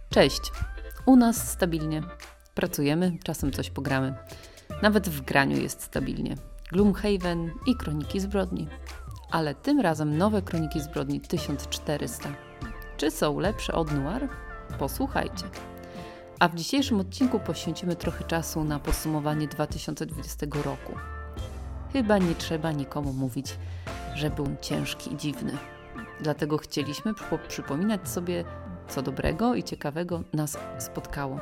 Cześć. U nas stabilnie. Pracujemy, czasem coś pogramy. Nawet w graniu jest stabilnie. Gloomhaven i Kroniki Zbrodni. Ale tym razem nowe Kroniki Zbrodni 1400. Czy są lepsze od Noir? Posłuchajcie. A w dzisiejszym odcinku poświęcimy trochę czasu na podsumowanie 2020 roku. Chyba nie trzeba nikomu mówić, że był ciężki i dziwny. Dlatego chcieliśmy przypominać sobie, co dobrego i ciekawego nas spotkało.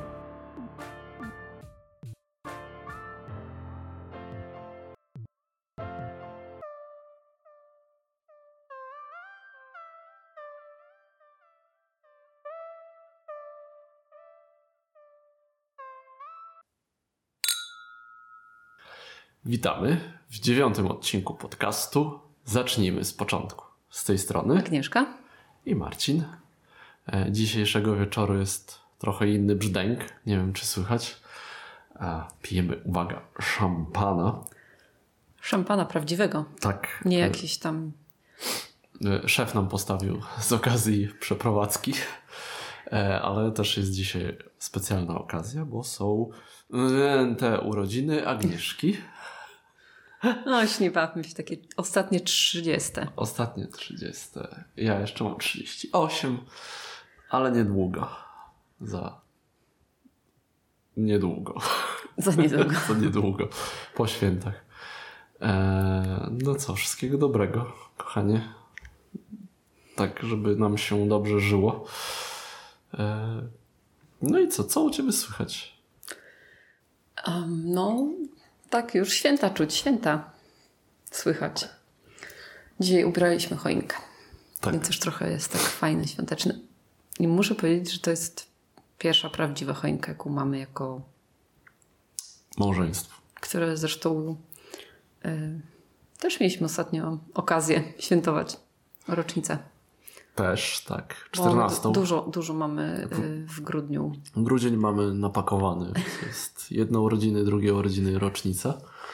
Witamy w 9. odcinku podcastu. Zacznijmy z początku. Z tej strony Agnieszka i Marcin. Dzisiejszego wieczoru jest trochę inny brzdęk. Nie wiem, czy słychać. Pijemy, uwaga, szampana. Szampana prawdziwego. Tak. Nie jakiś tam... Szef nam postawił z okazji przeprowadzki. Ale też jest dzisiaj specjalna okazja, bo są te urodziny Agnieszki. No, nie bawmy się, takie ostatnie 30. Ostatnie 30. Ja jeszcze mam 38, ale niedługo. Za niedługo. Za niedługo. Za niedługo. Po świętach. No co, wszystkiego dobrego, kochanie. Tak, żeby nam się dobrze żyło. No i co u Ciebie słychać? No, tak już święta czuć, święta słychać. Dzisiaj ubraliśmy choinkę, Tak. więc już trochę jest tak fajny, świąteczny. I muszę powiedzieć, że to jest pierwsza prawdziwa choinka, jaką mamy jako... Małżeństwo. Które zresztą też mieliśmy ostatnio okazję świętować rocznicę. Też, tak. 14. Dużo mamy w grudniu. Grudzień mamy napakowany. To jest jedno urodziny, drugie urodziny, rocznica.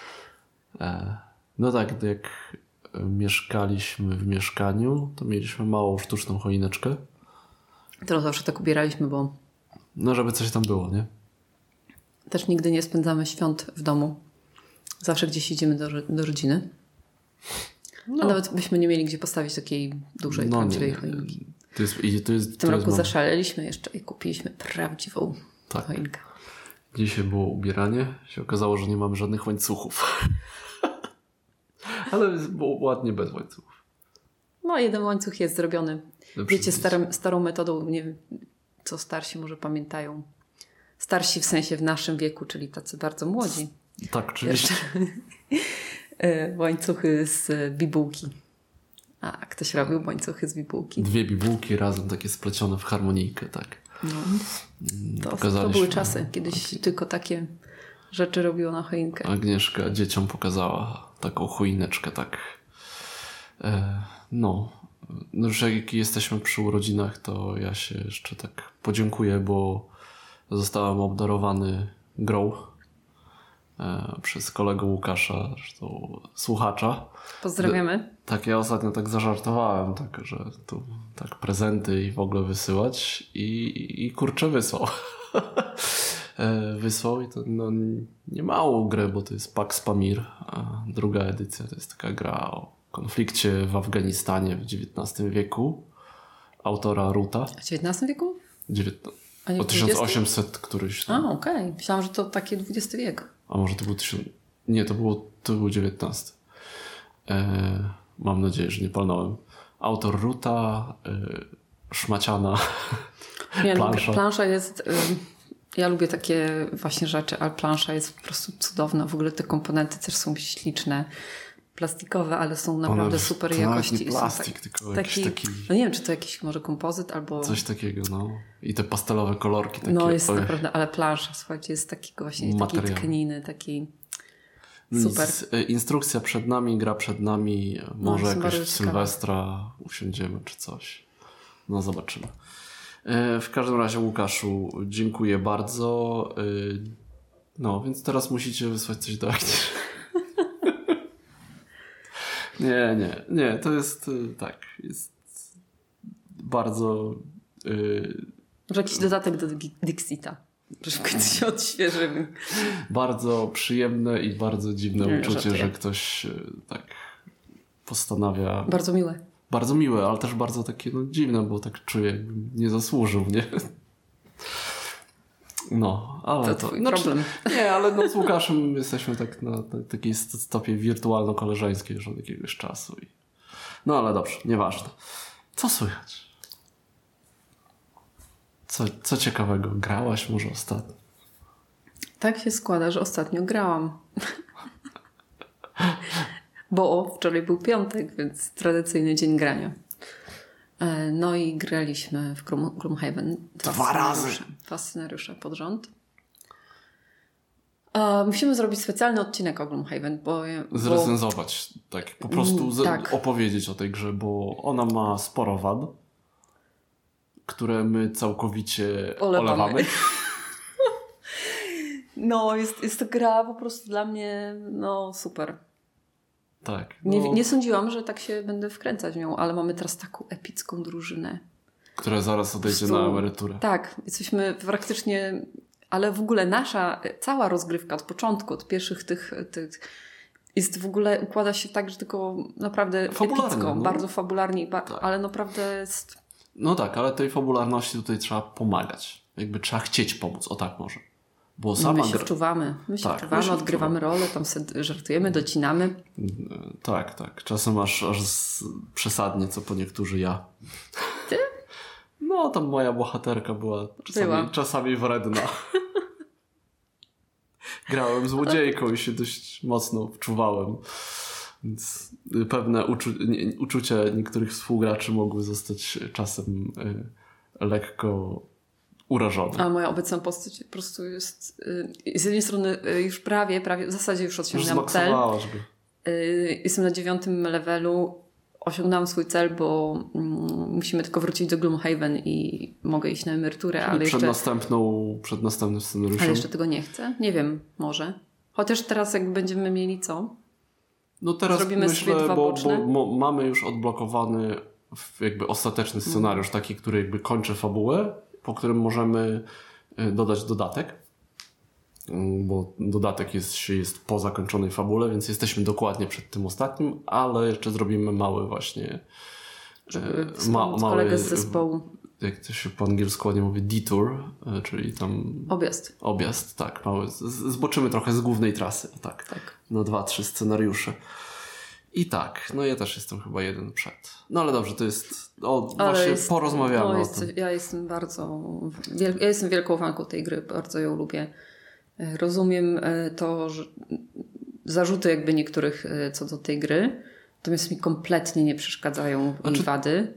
No tak, jak mieszkaliśmy w mieszkaniu, to mieliśmy małą sztuczną choineczkę. To zawsze tak ubieraliśmy, bo... No, żeby coś tam było, nie? Też nigdy nie spędzamy świąt w domu. Zawsze gdzieś idziemy do rodziny. No. A nawet byśmy nie mieli gdzie postawić takiej dużej, prawdziwej choinki. W tym roku zaszaleliśmy jeszcze i kupiliśmy prawdziwą choinkę. Dzisiaj było ubieranie. Się okazało, że nie mamy żadnych łańcuchów. Ale było ładnie bez łańcuchów. No, jeden łańcuch jest zrobiony. Wiecie, starą metodą, nie wiem, co starsi może pamiętają. Starsi w sensie w naszym wieku, czyli tacy bardzo młodzi. Tak, oczywiście. Łańcuchy z bibułki. A ktoś robił łańcuchy z bibułki. 2 bibułki razem takie splecione w harmonijkę, tak. No. To były czasy. Kiedyś tylko takie rzeczy robiło na choinkę. Agnieszka dzieciom pokazała taką choineczkę, tak. No już jak jesteśmy przy urodzinach, to ja się jeszcze tak podziękuję, bo zostałem obdarowany grą przez kolegę Łukasza, zresztą słuchacza. Pozdrawiamy. Tak, ja ostatnio tak zażartowałem, tak, że tu tak prezenty i w ogóle wysyłać i kurczę wysłał. Wysłał i to nie małą grę, bo to jest Pax Pamir, a druga edycja to jest taka gra o konflikcie w Afganistanie w XIX wieku. Autora Ruta. W XIX wieku? O 1800 któryś. A, okej. Myślałam, że to taki XX wiek. A może to był Nie, to był XIX. Mam nadzieję, że nie palnąłem. Autor Ruta, szmaciana plansza. Plansza jest... Ja lubię takie właśnie rzeczy, ale plansza jest po prostu cudowna. W ogóle te komponenty też są śliczne. Plastikowe, ale są naprawdę super jakości. Nie plastik, tylko jakiś taki... No nie wiem, czy to jakiś może kompozyt albo... Coś takiego, no. I te pastelowe kolorki. Takie, no jest naprawdę, ale plansza, słuchajcie, jest takiego właśnie takiej tkaniny, takiej... Super. Instrukcja przed nami, gra przed nami. Może jakoś w Sylwestra usiądziemy czy coś. No zobaczymy. W każdym razie, Łukaszu, dziękuję bardzo. No, więc teraz musicie wysłać coś do akcji. Nie, to jest tak, jest bardzo Może jakiś dodatek do Dixita. Że w końcu się odświeżymy. Bardzo przyjemne i bardzo dziwne uczucie, że ktoś tak postanawia... Bardzo miłe. Bardzo miłe, ale też bardzo takie dziwne, bo tak czuję, jakbym nie zasłużył, nie? No, ale to twój problem. Nie, ale z Łukaszem jesteśmy tak na takiej stopie wirtualno-koleżeńskiej już od jakiegoś czasu. No ale dobrze, nieważne. Co słychać? Co ciekawego? Grałaś może ostatnio? Tak się składa, że ostatnio grałam. Bo wczoraj był piątek, więc tradycyjny dzień grania. No i graliśmy w Gloomhaven. 2 razy! 2 scenariusze pod rząd. Musimy zrobić specjalny odcinek o Gloomhaven, zrecenzować, tak. Po prostu opowiedzieć o tej grze, bo ona ma sporo wad, które my całkowicie olewamy. No, jest to gra po prostu dla mnie super. Tak. Nie sądziłam, że tak się będę wkręcać w nią, ale mamy teraz taką epicką drużynę. Która zaraz odejdzie na emeryturę. Tak, jesteśmy praktycznie... Ale w ogóle nasza cała rozgrywka od początku, od pierwszych tych jest w ogóle, układa się tak, że tylko naprawdę epicko, bardzo fabularnie, ale naprawdę jest... No tak, ale tej fabularności tutaj trzeba pomagać. Jakby trzeba chcieć pomóc, o tak może. Bo sama my się wczuwamy, odgrywamy rolę, tam sobie żartujemy, docinamy. Tak. Czasem aż przesadnie, co po niektórzy ja. Ty? No, tam moja bohaterka była czasami wredna. Grałem złodziejką i się dość mocno wczuwałem. Więc pewne uczucia niektórych współgraczy mogły zostać czasem lekko urażone. A moja obecna postać po prostu jest z jednej strony już prawie w zasadzie już osiągnęłam cel. Jestem na 9. levelu. Osiągnęłam swój cel, bo musimy tylko wrócić do Gloomhaven i mogę iść na emeryturę. Ale przed następnym scenariuszem. Ale jeszcze tego nie chcę. Nie wiem, może. Chociaż teraz jak będziemy mieli co? No teraz zrobimy myślę, sobie 2 boczne. Bo mamy już odblokowany jakby ostateczny scenariusz, taki, który jakby kończy fabułę, po którym możemy dodać dodatek. Bo dodatek jest po zakończonej fabule, więc jesteśmy dokładnie przed tym ostatnim, ale jeszcze zrobimy mały właśnie mały kolegę z zespołu. Jak to się po angielsku ładnie mówi, detour, czyli tam... Objazd, tak. Mały. Zboczymy trochę z głównej trasy, tak. Na 2-3 scenariusze. I tak, no ja też jestem chyba jeden przed. No ale dobrze, to jest... porozmawiamy o tym. Ja jestem wielką fanką tej gry, bardzo ją lubię. Rozumiem to, że zarzuty jakby niektórych co do tej gry, natomiast mi kompletnie nie przeszkadzają wady.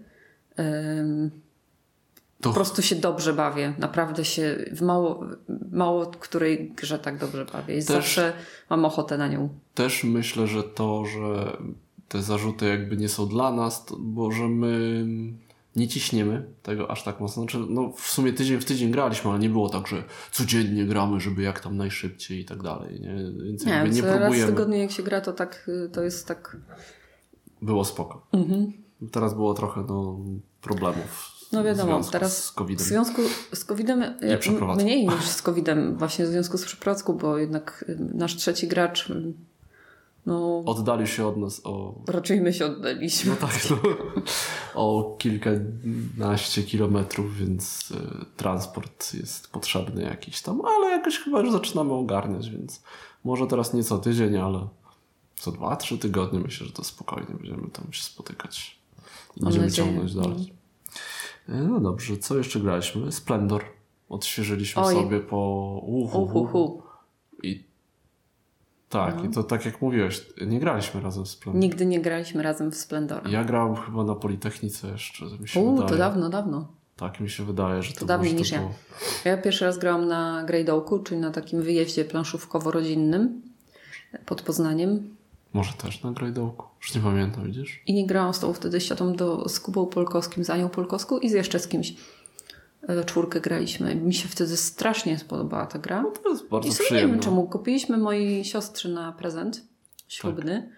Po prostu się dobrze bawię. Naprawdę się w mało której grze tak dobrze bawię. I zawsze mam ochotę na nią. Też myślę, że te zarzuty jakby nie są dla nas, bo że my nie ciśniemy tego aż tak mocno. Znaczy, w sumie tydzień w tydzień graliśmy, ale nie było tak, że codziennie gramy, żeby jak tam najszybciej i tak dalej. Nie? Więc jakby nie próbujemy. Raz w tygodniu jak się gra, to jest tak... Było spoko. Teraz było trochę problemów. No wiadomo, teraz z COVID-em. W związku z COVID-em mniej niż z COVID-em, właśnie w związku z przeprowadzką, bo jednak nasz trzeci gracz oddalił się od nas raczej my się oddaliśmy. No tak, o kilkanaście kilometrów, więc transport jest potrzebny jakiś tam, ale jakoś chyba już zaczynamy ogarniać, więc może teraz nie co tydzień, ale co 2-3 tygodnie myślę, że to spokojnie będziemy tam się spotykać i będziemy ciągnąć dalej. No dobrze, co jeszcze graliśmy? Splendor. Odświeżyliśmy sobie po I tak, i to tak jak mówiłeś, nie graliśmy razem w Splendor. Nigdy nie graliśmy razem w Splendor. Ja grałem chyba na Politechnice jeszcze, mi się wydaje. To dawno. Tak mi się wydaje, że to dawniej niż ja. Ja pierwszy raz grałam na Great Oaku, czyli na takim wyjeździe planszówkowo-rodzinnym pod Poznaniem. Może też na Great Oaku. Już nie pamiętam, widzisz? I nie grałam z tą wtedy z Kubą Polkowskim, z Anią Polkowską i jeszcze z kimś. 4 graliśmy. Mi się wtedy strasznie spodobała ta gra. No to jest bardzo przyjemne. Nie wiem czemu. Kupiliśmy mojej siostrze na prezent ślubny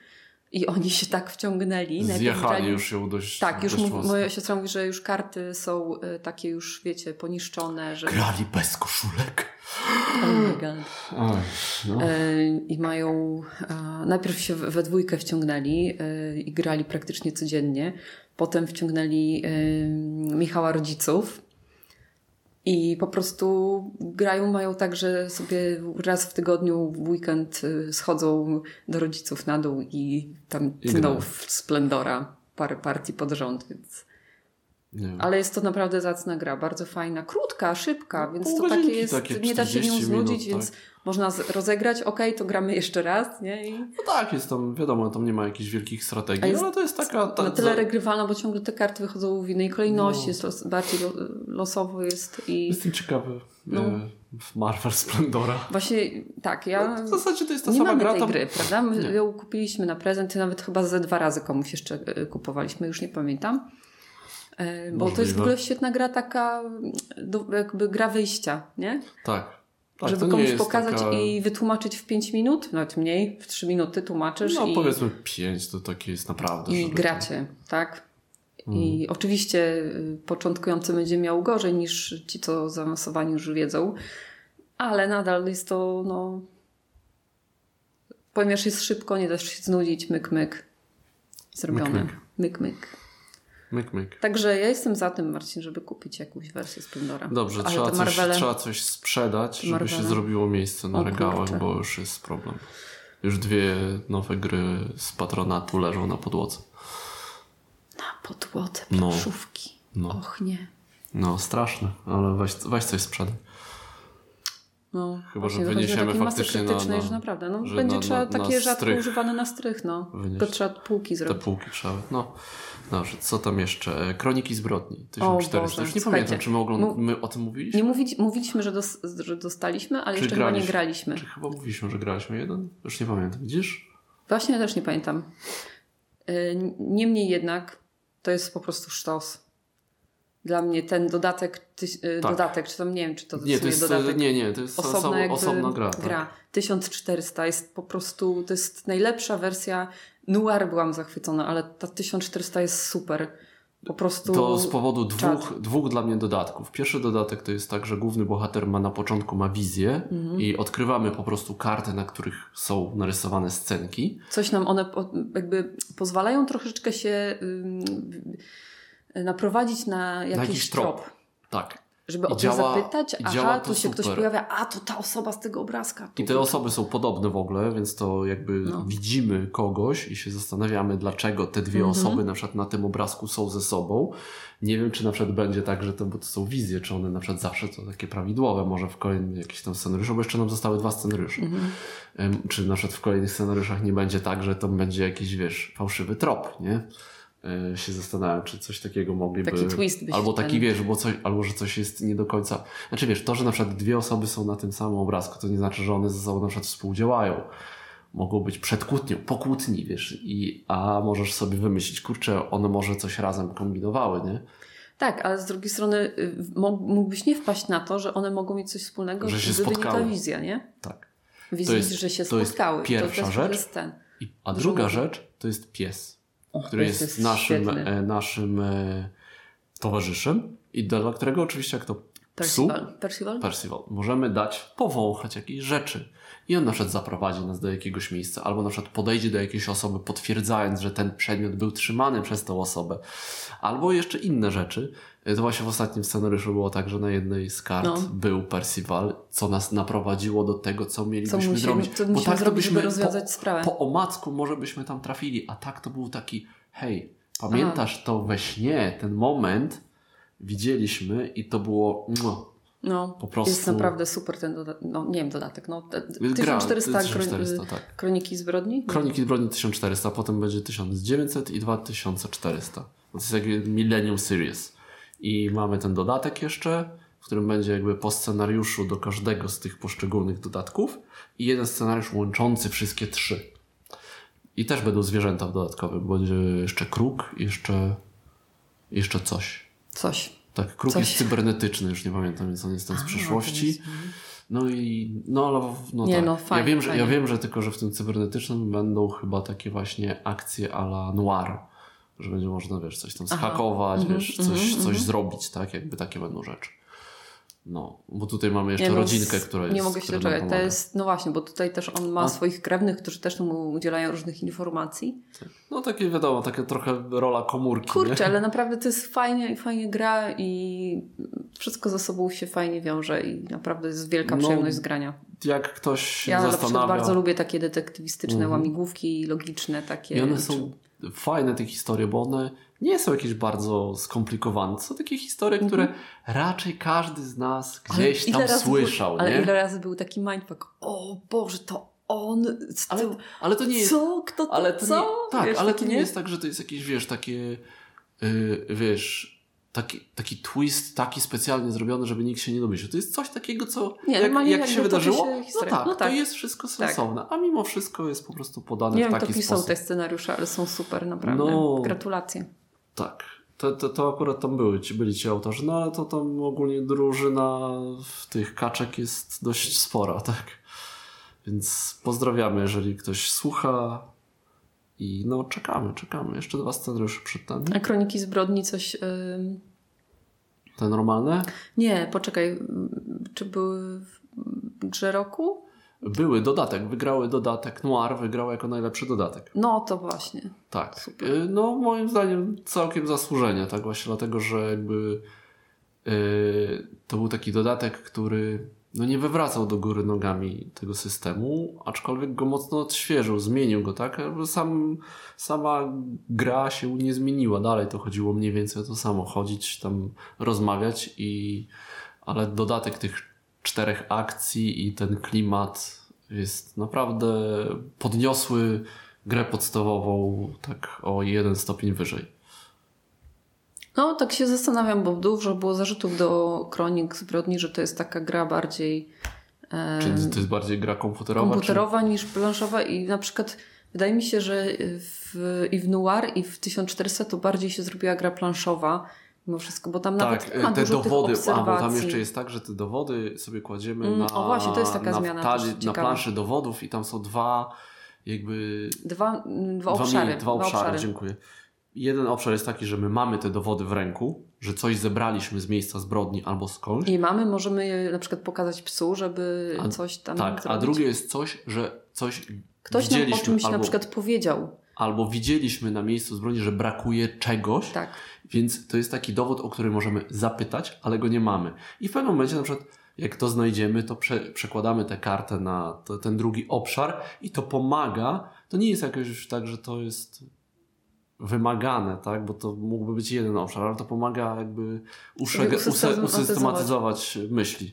I oni się tak wciągnęli. Zjechali już ją dość. Tak, już dość moja siostra mówi, że już karty są takie już, wiecie, poniszczone. Że... Grali bez koszulek. Oh my God. Oj, no. I mają... najpierw się we dwójkę wciągnęli i grali praktycznie codziennie. Potem wciągnęli Michała rodziców. I po prostu mają tak, że sobie raz w tygodniu w weekend schodzą do rodziców na dół i tam tną w Splendora parę partii pod rząd, więc... Ale jest to naprawdę zacna gra, bardzo fajna, krótka, szybka, więc to takie jest, nie da się nią znudzić, więc można rozegrać, to gramy jeszcze raz, nie? I... No tak, jest tam, wiadomo, tam nie ma jakichś wielkich strategii, ale to jest taka... na tyle regrywalna, bo ciągle te karty wychodzą w innej kolejności, jest bardziej losowo jest i... Jestem ciekawy w Marvel Splendora. Właśnie, tak, ja... W zasadzie to jest ta nie sama mamy gra. tej gry, prawda? My ją kupiliśmy na prezent, nawet chyba ze 2 razy komuś jeszcze kupowaliśmy, już nie pamiętam. Bo Możliwe. to jest w ogóle świetna gra taka, jakby gra wyjścia, nie? Tak, żeby komuś pokazać i wytłumaczyć w 5 minut, nawet mniej, w 3 minuty tłumaczysz. No powiedzmy 5, to takie jest naprawdę. I gracie, tak? I oczywiście początkujący będzie miał gorzej niż ci, co zaawansowani już wiedzą, ale nadal jest to, ponieważ jest szybko, nie dasz się znudzić, myk. Zrobione. Myk. Także ja jestem za tym, Marcin, żeby kupić jakąś wersję Splendora. Dobrze, trzeba coś sprzedać, żeby się zrobiło miejsce na regałach, bo już jest problem. Już 2 nowe gry z patronatu leżą na podłodze. Na podłodze planszówki. Och nie. No straszne, ale weź coś sprzedaj. Chyba, że wyniesiemy faktycznie że naprawdę, będzie trzeba takie rzadko używane na strych, Tylko trzeba półki zrobić. Te półki trzeba, Dobrze, co tam jeszcze? Kroniki zbrodni 1400. Już nie pamiętam, czy my o tym mówiliśmy? Mówiliśmy, że dostaliśmy, ale jeszcze chyba nie graliśmy. Czy chyba mówiliśmy, że graliśmy jeden? Już nie pamiętam, widzisz? Właśnie ja też nie pamiętam. Niemniej jednak to jest po prostu sztos. Dla mnie ten dodatek, czy tam nie wiem, czy to jest dodatek. Nie, to jest osobna gra. 1400 jest po prostu, to jest najlepsza wersja. Noir byłam zachwycona, ale ta 1400 jest super. Po prostu... To z powodu dwóch dla mnie dodatków. Pierwszy dodatek to jest tak, że główny bohater na początku ma wizję i odkrywamy po prostu karty, na których są narysowane scenki. Coś nam one jakby pozwalają troszeczkę się naprowadzić na jakiś trop. Tak. Żeby o to zapytać, tu się ktoś pojawia, to ta osoba z tego obrazka. I te osoby są podobne w ogóle, więc to jakby widzimy kogoś i się zastanawiamy, dlaczego te 2 osoby na przykład na tym obrazku są ze sobą. Nie wiem, czy na przykład będzie tak, że bo to są wizje, czy one na przykład zawsze to takie prawidłowe, może w kolejnym jakimś tam scenariuszu, bo jeszcze nam zostały 2 scenariusze. Czy na przykład w kolejnych scenariuszach nie będzie tak, że to będzie jakiś, fałszywy trop, nie? Się zastanawiam, czy coś takiego mogliby... Taki twist by się albo taki, albo że coś jest nie do końca... Znaczy, to, że na przykład 2 osoby są na tym samym obrazku, to nie znaczy, że one ze sobą na przykład współdziałają. Mogą być przed kłótnią, po kłótni, a możesz sobie wymyślić, one może coś razem kombinowały, nie? Tak, ale z drugiej strony mógłbyś nie wpaść na to, że one mogą mieć coś wspólnego, że się spotkały. Wizja, nie? Tak. Wizja, że się spotkały. To jest pierwsza rzecz. A druga rzecz to jest pies. Który jest naszym towarzyszem i dla którego oczywiście jak to Percival możemy dać powąchać jakieś rzeczy. I on na przykład zaprowadzi nas do jakiegoś miejsca albo na przykład podejdzie do jakiejś osoby potwierdzając, że ten przedmiot był trzymany przez tą osobę. Albo jeszcze inne rzeczy. To właśnie w ostatnim scenariuszu było tak, że na jednej z kart był Percival, co nas naprowadziło do tego, co mielibyśmy zrobić. Bo tak to byśmy rozwiązać sprawę. Po omacku może byśmy tam trafili, a tak to był taki hej, pamiętasz to we śnie, ten moment widzieliśmy i to było po prostu... Jest naprawdę super ten dodatek, dodatek, 1400 tak. Kroniki zbrodni? Kroniki zbrodni 1400, potem będzie 1900 i 2400. To jest jakby Millennium Series. I mamy ten dodatek jeszcze, w którym będzie jakby po scenariuszu do każdego z tych poszczególnych dodatków i jeden scenariusz łączący wszystkie 3. I też będą zwierzęta w dodatkowym. Będzie jeszcze kruk, jeszcze coś. Coś. Tak, kruk jest cybernetyczny, już nie pamiętam, więc on jest tam z przyszłości. No ale Nie, tak. No, fajnie, ja wiem, że tylko, że w tym cybernetycznym będą chyba takie właśnie akcje a la noir, że będzie można, wiesz, coś tam zhakować, coś zrobić, tak? Jakby takie będą rzeczy. No, bo tutaj mamy jeszcze rodzinkę, która jest... Nie mogę się doczekać. To jest, no właśnie, bo tutaj też on ma swoich krewnych, którzy też mu udzielają różnych informacji. No takie wiadomo, taka trochę rola komórki. Kurczę, nie? ale naprawdę to jest fajnie gra i wszystko ze sobą się fajnie wiąże i naprawdę jest wielka przyjemność z grania. Jak ktoś się zastanawia... Ja na przykład bardzo lubię takie detektywistyczne łamigłówki, logiczne takie. I one są fajne, te historie, bo one nie są jakieś bardzo skomplikowane. To są takie historie, które raczej każdy z nas gdzieś tam słyszał. Ale ile razy był taki mindfuck? O Boże, to on... Ale to nie jest... Co? Kto to? Ale to co? Nie, tak, wiesz, ale to nie jest tak, że to jest jakieś, wiesz, takie... taki twist, taki specjalnie zrobiony, żeby nikt się nie domyślił. To jest coś takiego, co jak się wydarzyło, to jest wszystko sensowne. A mimo wszystko jest po prostu podane w taki sposób. Nie wiem, kto pisał te scenariusze, ale są super, naprawdę. Gratulacje. Tak. To akurat tam byli ci autorzy, no ale to tam ogólnie drużyna tych kaczek jest dość spora, tak? Więc pozdrawiamy, jeżeli ktoś słucha i no czekamy. Jeszcze 2 scenariusze przed nami. A Kroniki Zbrodni coś... Te normalne? Nie, poczekaj. Czy były w grze roku? Były, wygrały dodatek. Noir wygrał jako najlepszy dodatek. No to właśnie. Tak. Super. No moim zdaniem całkiem zasłużenie, tak właśnie dlatego, że jakby to był taki dodatek, który no nie wywracał do góry nogami tego systemu, aczkolwiek go mocno odświeżył, zmienił go, tak? Sama gra się nie zmieniła. Dalej to chodziło mniej więcej o to samo. Chodzić, tam rozmawiać ale dodatek tych 4 akcji i ten klimat jest naprawdę podniosły grę podstawową tak o 1 stopień wyżej. No, tak się zastanawiam, bo dużo było zarzutów do Kronik Zbrodni, że to jest taka gra bardziej... Czyli to jest bardziej gra komputerowa? Niż planszowa i na przykład wydaje mi się, że i w Noir i w 1400 to bardziej się zrobiła gra planszowa mimo wszystko, bo tam nawet ma te dużo dowody, tych obserwacji. bo tam jeszcze jest tak, że te dowody sobie kładziemy O właśnie, to jest taka zmiana na planszy dowodów i tam są dwa obszary, dziękuję. Jeden obszar jest taki, że my mamy te dowody w ręku, że coś zebraliśmy z miejsca zbrodni albo skądś. I możemy je na przykład pokazać psu, żeby coś tam zrobić. A drugie jest coś, że ktoś nam o czymś na przykład powiedział. Albo widzieliśmy na miejscu zbrodni, że brakuje czegoś, więc to jest taki dowód, o który możemy zapytać, ale go nie mamy. I w pewnym momencie na przykład jak to znajdziemy, to przekładamy tę kartę na ten drugi obszar i to pomaga. To nie jest jakoś tak, że to jest wymagane, tak? Bo to mógłby być jeden obszar, ale to pomaga jakby usystematyzować myśli.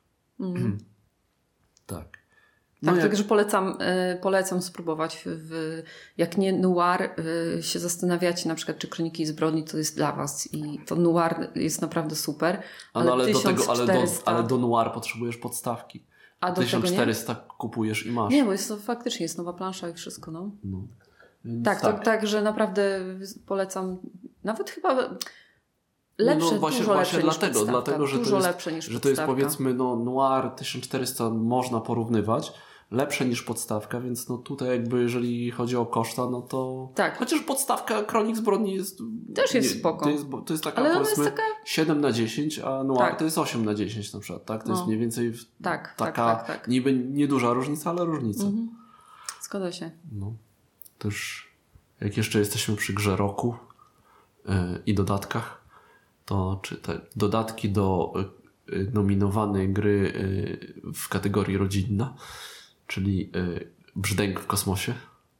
Tak. Także polecam spróbować. Jak nie Noir się zastanawiacie na przykład, czy Kroniki Zbrodni to jest dla was i to Noir jest naprawdę super. Ale do Noir potrzebujesz podstawki. A do 1400 kupujesz i masz. Nie, bo faktycznie jest nowa plansza i wszystko. No. Tak, że naprawdę polecam. Nawet chyba lepsze, dużo lepsze niż podstawka. Dlatego, że to jest powiedzmy Noir 1400 można porównywać. Lepsze niż podstawka, więc tutaj jakby jeżeli chodzi o koszta, no to... Tak. Chociaż podstawka Kronik Zbrodni jest... Też jest spoko. To jest taka, powiedzmy, 7/10, a Noir to jest 8/10 na przykład, tak? To jest mniej więcej taka niby nieduża różnica, ale różnica. Zgadza się. No. Też jak jeszcze jesteśmy przy grze roku i dodatkach, to czy te dodatki do nominowanej gry w kategorii rodzinna, czyli Brzdęk w kosmosie.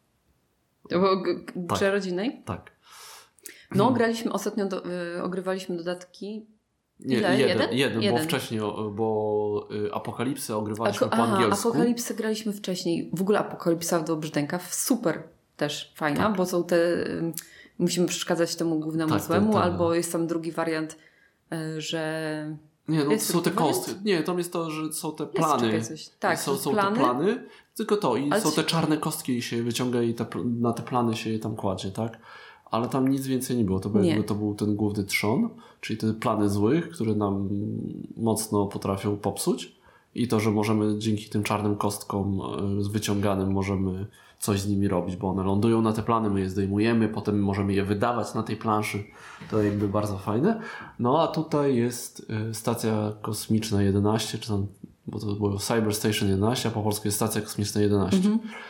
Grze rodzinnej? Tak. No, graliśmy ostatnio, ogrywaliśmy dodatki. Jeden, bo wcześniej, bo Apokalipsę ogrywaliśmy po angielsku. Apokalipsę graliśmy wcześniej. W ogóle Apokalipsa do Brzdęka super też fajna, bo są te... Musimy przeszkadzać temu głównemu złemu, albo jest tam drugi wariant, że... Nie, no są te kostki. Nie, tam jest to, że są te plany. Są te plany, tylko to. I są te czarne kostki i się wyciąga i na te plany się je tam kładzie, tak? Ale tam nic więcej nie było. To był ten główny trzon, czyli te plany złych, które nam mocno potrafią popsuć. i to, że możemy dzięki tym czarnym kostkom wyciąganym możemy coś z nimi robić, bo one lądują na te plany, my je zdejmujemy, potem możemy je wydawać na tej planszy. To jakby bardzo fajne. No a tutaj jest stacja kosmiczna 11, czy tam, bo to było Cyber Station 11, a po polsku jest stacja kosmiczna 11.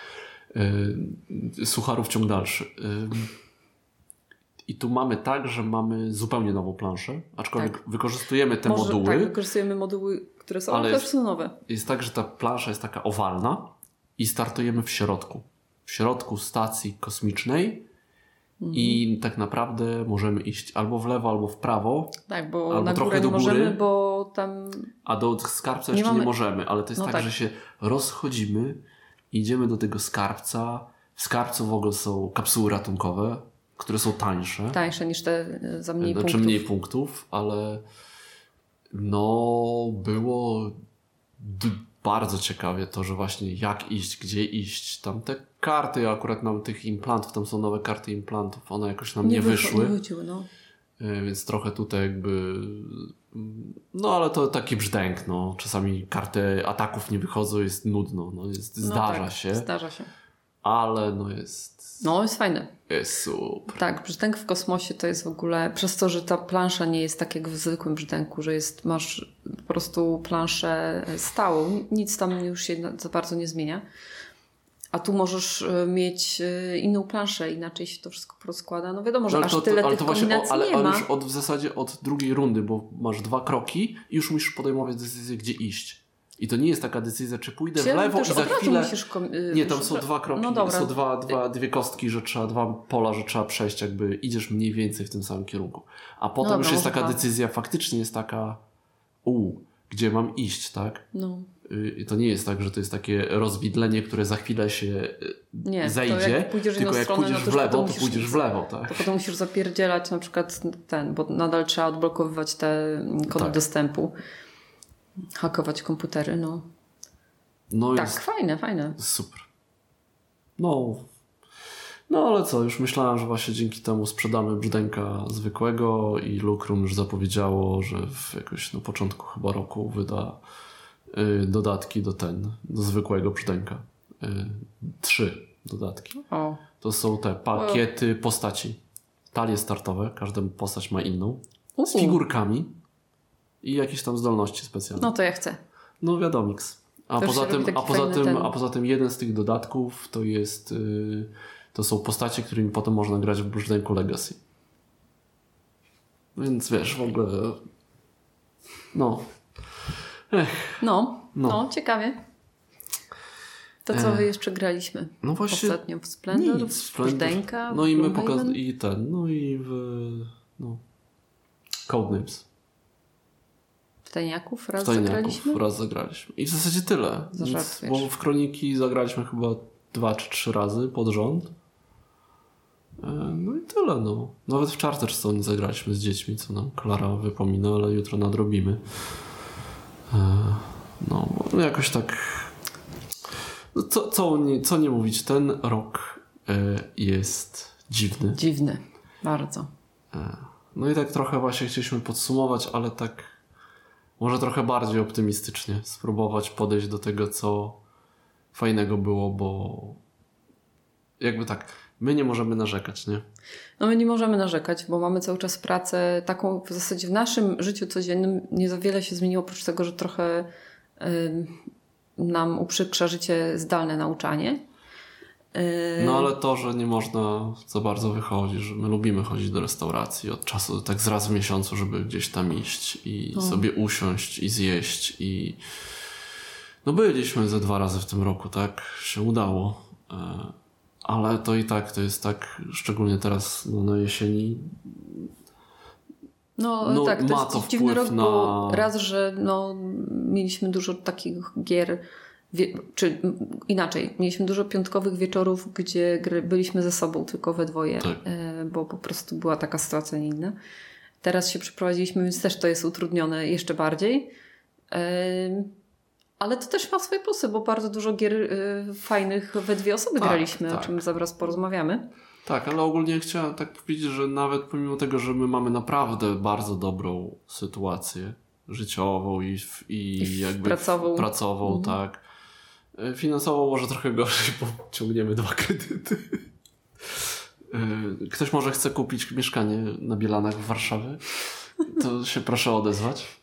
Sucharów ciąg dalszy. I tu mamy tak, że mamy zupełnie nową planszę, aczkolwiek wykorzystujemy te moduły. Tak, wykorzystujemy moduły, które są, ale też są nowe. Jest tak, że ta plansza jest taka owalna i startujemy w środku. W środku stacji kosmicznej i tak naprawdę możemy iść albo w lewo, albo w prawo. Tak, bo albo na górę nie możemy, bo tam... A do skarbca jeszcze nie możemy, ale to jest tak, że się rozchodzimy, idziemy do tego skarbca. W skarbcu w ogóle są kapsuły ratunkowe, które są tańsze. Tańsze niż te za mniej punktów. Znaczy mniej punktów, ale było bardzo ciekawie to, że właśnie jak iść, gdzie iść. Tam te karty akurat nam tych implantów, tam są nowe karty implantów, one jakoś nam nie wyszły. Nie wychodziły, no. Więc trochę tutaj jakby... No ale to taki brzdęk, no. Czasami karty ataków nie wychodzą, jest nudno. Zdarza się. Zdarza się. Ale jest... No, jest fajne. Jest super. Tak, brzdęk w kosmosie to jest w ogóle... Przez to, że ta plansza nie jest tak jak w zwykłym brzdęku, że masz po prostu planszę stałą. Nic tam już się za bardzo nie zmienia. A tu możesz mieć inną planszę, inaczej się to wszystko rozkłada. No wiadomo, że aż tyle tych kombinacji nie ma. Ale już w zasadzie od drugiej rundy, bo masz 2 kroki i już musisz podejmować decyzję, gdzie iść. I to nie jest taka decyzja, czy pójdę w lewo i za chwilę... Nie, tam są 2 kroki, są dwie kostki, że trzeba 2 pola, że trzeba przejść, jakby idziesz mniej więcej w tym samym kierunku. A potem już jest taka decyzja, faktycznie jest taka gdzie mam iść, tak? No. I to nie jest tak, że to jest takie rozwidlenie, które za chwilę się zejdzie, tylko jak pójdziesz w lewo, to pójdziesz w lewo, tak? To potem musisz zapierdzielać na przykład bo nadal trzeba odblokowywać te kody dostępu, hakować komputery, no tak, jest fajne. Super. No ale co, już myślałem, że właśnie dzięki temu sprzedamy brzdęka zwykłego i Lucrum już zapowiedziało, że w jakoś na początku chyba roku wyda dodatki do zwykłego brzdęka. 3 dodatki. To są te pakiety postaci. Talie startowe, każda postać ma inną. Z figurkami i jakieś tam zdolności specjalne. No to ja chcę. No wiadomiks. A poza tym jeden z tych dodatków to jest... To są postacie, którymi potem można grać w brzdęku Legacy. Więc wiesz, w ogóle... No, ciekawie. To co wy jeszcze graliśmy? No właśnie... Ostatnio w Splendor, w brzdęka, no i my Codenames. W Tajniaków raz zagraliśmy. I w zasadzie tyle. Bo w Kroniki zagraliśmy chyba 2 czy 3 razy pod rząd. No i tyle, no. Nawet w Charterstone zagraliśmy z dziećmi, co nam Klara wypomina, ale jutro nadrobimy. No jakoś tak... Co nie mówić, ten rok jest dziwny. Dziwny, bardzo. No i tak trochę właśnie chcieliśmy podsumować, ale tak może trochę bardziej optymistycznie spróbować podejść do tego, co fajnego było, bo jakby tak, my nie możemy narzekać, nie? No my nie możemy narzekać, bo mamy cały czas pracę taką, w zasadzie w naszym życiu codziennym nie za wiele się zmieniło, oprócz tego, że trochę nam uprzykrza życie zdalne nauczanie. No ale to, że nie można za bardzo wychodzić, że my lubimy chodzić do restauracji od czasu, tak z raz w miesiącu, żeby gdzieś tam iść i sobie usiąść i zjeść i no byliśmy ze 2 razy w tym roku, tak się udało, ale to i tak to jest tak, szczególnie teraz na jesieni. No tak, to jest dziwny rok, bo raz, że mieliśmy dużo takich gier, czy inaczej, mieliśmy dużo piątkowych wieczorów, gdzie byliśmy ze sobą tylko we dwoje, bo po prostu była taka sytuacja, nie inna. Teraz się przeprowadziliśmy, więc też to jest utrudnione jeszcze bardziej. Ale to też ma swoje plusy, bo bardzo dużo gier fajnych we 2 osoby graliśmy, o czym zaraz porozmawiamy. Tak, ale ogólnie chciałem tak powiedzieć, że nawet pomimo tego, że my mamy naprawdę bardzo dobrą sytuację życiową i jakby pracową, tak. Finansowo może trochę gorzej, bo ciągniemy 2 kredyty. Ktoś może chce kupić mieszkanie na Bielanach w Warszawie, to się proszę odezwać.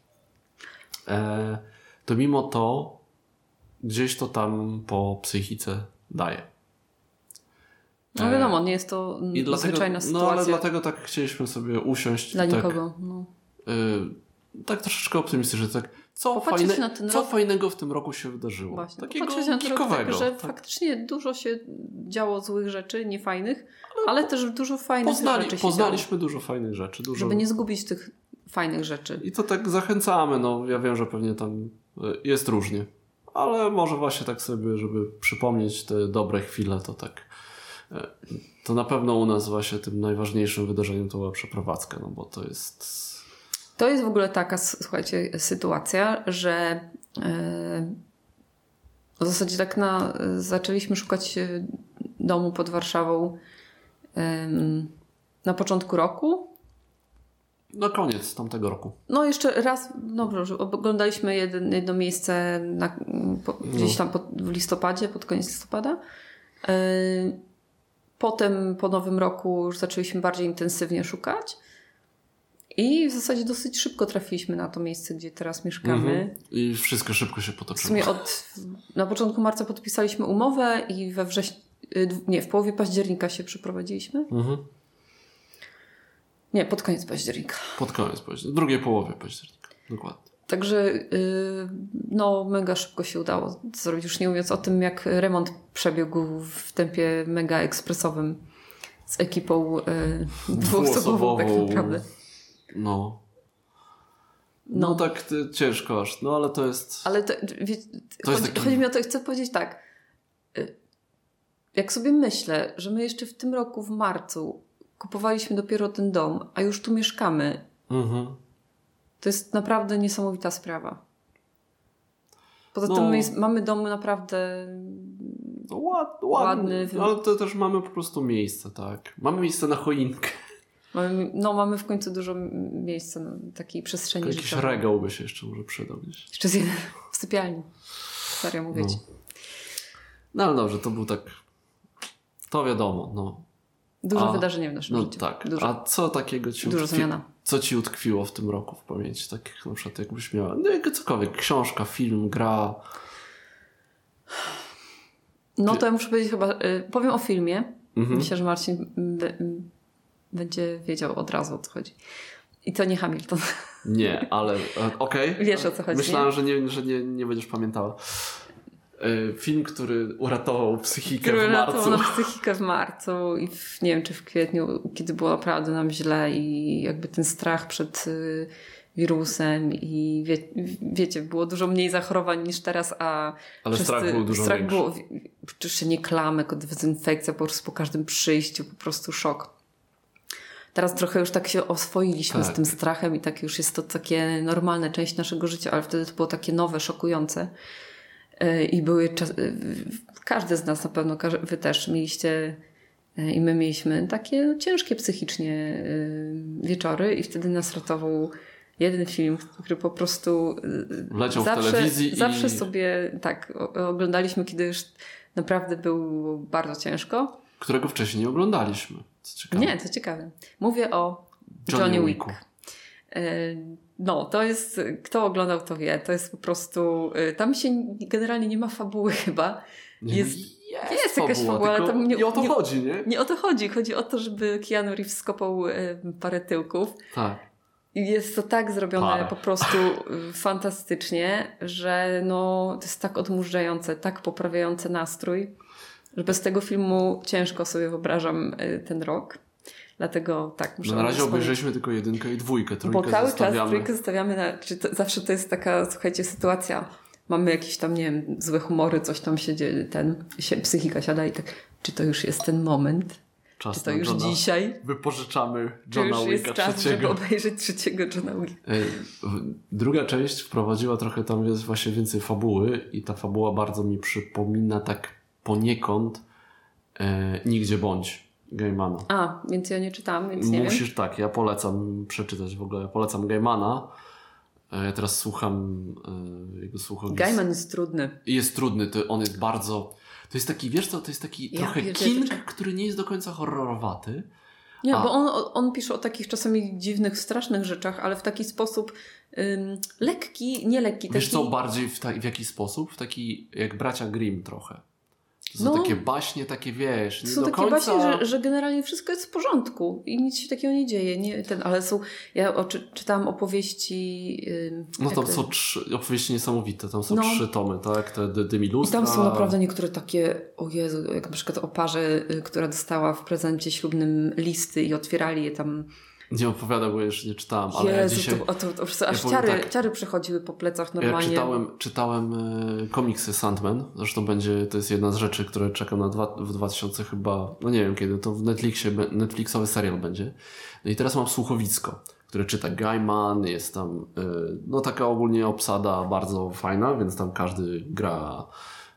To mimo to gdzieś to tam po psychice daje. No wiadomo, nie jest to zwyczajna sytuacja. No ale dlatego tak chcieliśmy sobie usiąść. Dla tak, nikogo. No. Tak troszeczkę optymistycznie. Tak, co fajnego w tym roku się wydarzyło? Właśnie. Takiego Popatrzeć na ten rok tak, że tak. faktycznie dużo się działo złych rzeczy, niefajnych, ale też dużo fajnych rzeczy się poznaliśmy dużo fajnych rzeczy. Żeby nie zgubić tych fajnych rzeczy. I to tak zachęcamy. No, ja wiem, że pewnie tam jest różnie. Ale może właśnie tak sobie, żeby przypomnieć te dobre chwile, to tak. To na pewno u nas właśnie tym najważniejszym wydarzeniem to była przeprowadzka, no bo to jest... To jest w ogóle taka, słuchajcie, sytuacja, że w zasadzie tak zaczęliśmy szukać domu pod Warszawą na początku roku. Na koniec tamtego roku. No jeszcze raz, oglądaliśmy jedno miejsce gdzieś tam w listopadzie, pod koniec listopada. Potem po nowym roku już zaczęliśmy bardziej intensywnie szukać i w zasadzie dosyć szybko trafiliśmy na to miejsce, gdzie teraz mieszkamy. I wszystko szybko się potoczyło. W sumie na początku marca podpisaliśmy umowę i w połowie października się przeprowadziliśmy. Nie, pod koniec października. Pod koniec października. Drugiej połowie października. Dokładnie. Także mega szybko się udało zrobić. Już nie mówiąc o tym, jak remont przebiegł w tempie mega ekspresowym z ekipą dwuosobową tak naprawdę. No tak ciężko aż. No ale to jest... Ale chodzi mi o to, chcę powiedzieć tak. Jak sobie myślę, że my jeszcze w tym roku w marcu kupowaliśmy dopiero ten dom, a już tu mieszkamy. To jest naprawdę niesamowita sprawa. Poza tym my mamy dom naprawdę ładny. Ale to też mamy po prostu miejsce, tak? Mamy miejsce na choinkę. Mamy w końcu dużo miejsca na takiej przestrzeni życiowej. Jakiś regał by się jeszcze może przydał. Jeszcze jest jeden w sypialni. Serio mówię ci. No ale dobrze, to był tak... To wiadomo, Duże wydarzenie w naszym życiu. Tak. Dużo. A co takiego co ci utkwiło w tym roku w pamięci? Tak jak na przykład jakbyś miała, cokolwiek, książka, film, gra. No to ja muszę powiedzieć chyba, powiem o filmie. Myślę, że Marcin będzie wiedział od razu, o co chodzi. I to nie Hamilton. Nie, ale okej. Wiesz, o co chodzi. Myślałem, że nie będziesz pamiętała. Film, który uratował psychikę w marcu. Uratował nam psychikę w marcu i nie wiem, czy w kwietniu, kiedy było naprawdę nam źle i jakby ten strach przed wirusem i wiecie, było dużo mniej zachorowań niż teraz, ale strach był dużo większy. Czyszczenie klamek, dezynfekcja po prostu po każdym przyjściu, po prostu szok. Teraz trochę już tak się oswoiliśmy z tym strachem i tak już jest to takie normalne, część naszego życia, ale wtedy to było takie nowe, szokujące. I były każdy z nas na pewno, wy też mieliście i my mieliśmy takie ciężkie psychicznie wieczory i wtedy nas ratował jeden film, który po prostu leciał w telewizji zawsze sobie oglądaliśmy, kiedy już naprawdę było bardzo ciężko. Którego wcześniej nie oglądaliśmy. Co ciekawe. Nie, co ciekawe. Mówię o Johnny Wicku. No, to jest, kto oglądał, to wie. To jest po prostu, tam się generalnie nie ma fabuły chyba. Jest jakaś fabuła, ale tam nie o to chodzi, nie? Nie o to chodzi. Chodzi o to, żeby Keanu Reeves skopał parę tyłków. Tak. I jest to tak zrobione po prostu fantastycznie, że to jest tak odmurzające, tak poprawiające nastrój, że bez tego filmu ciężko sobie wyobrażam ten rok. Dlatego tak muszę. Na razie obejrzeliśmy tylko 1 i 2, trójkę bo cały czas 3 zostawiamy zawsze to jest taka, słuchajcie, sytuacja. Mamy jakieś tam, nie wiem, złe humory, coś tam się dzieje, psychika siada i tak, czy to już jest ten moment? Czy to już dzisiaj? Wypożyczamy Johna Wicka trzeciego. Czy już jest czas, żeby obejrzeć 3 Johna Wicka? Druga część wprowadziła trochę, tam jest właśnie więcej fabuły i ta fabuła bardzo mi przypomina tak poniekąd Nigdzie bądź Gaimana. Więc ja nie czytałam, więc nie wiem. Ja polecam przeczytać w ogóle. Ja polecam Gaimana. Ja teraz słucham jego słuchowisk. Gaiman jest trudny. Jest trudny, on jest bardzo... To jest taki, wiesz co, to jest taki trochę King, który nie jest do końca horrorowaty. Nie, bo on pisze o takich czasami dziwnych, strasznych rzeczach, ale w taki sposób lekki, nie lekki. Wiesz taki... co, bardziej w jaki sposób? W taki jak bracia Grimm trochę. To są takie baśnie, takie wiesz, nie do końca... To są takie baśnie, że generalnie wszystko jest w porządku i nic się takiego nie dzieje. Ale ja czytałam opowieści... tam są opowieści niesamowite. Tam są 3 tomy, tak? Te Dymi Lustra. I tam są naprawdę niektóre takie, o Jezu, jak na przykład o parze, która dostała w prezencie ślubnym listy i otwierali je tam... Nie opowiadam, bo jeszcze nie czytałam, ale Jezu, ja dzisiaj... to aż ciary przechodziły po plecach normalnie. Ja czytałem komiksy Sandman, zresztą to jest jedna z rzeczy, które czekam w 2000 chyba, no nie wiem kiedy, to w Netflixowy serial będzie. No i teraz mam słuchowisko, które czyta Gaiman, jest tam taka ogólnie obsada bardzo fajna, więc tam każdy gra,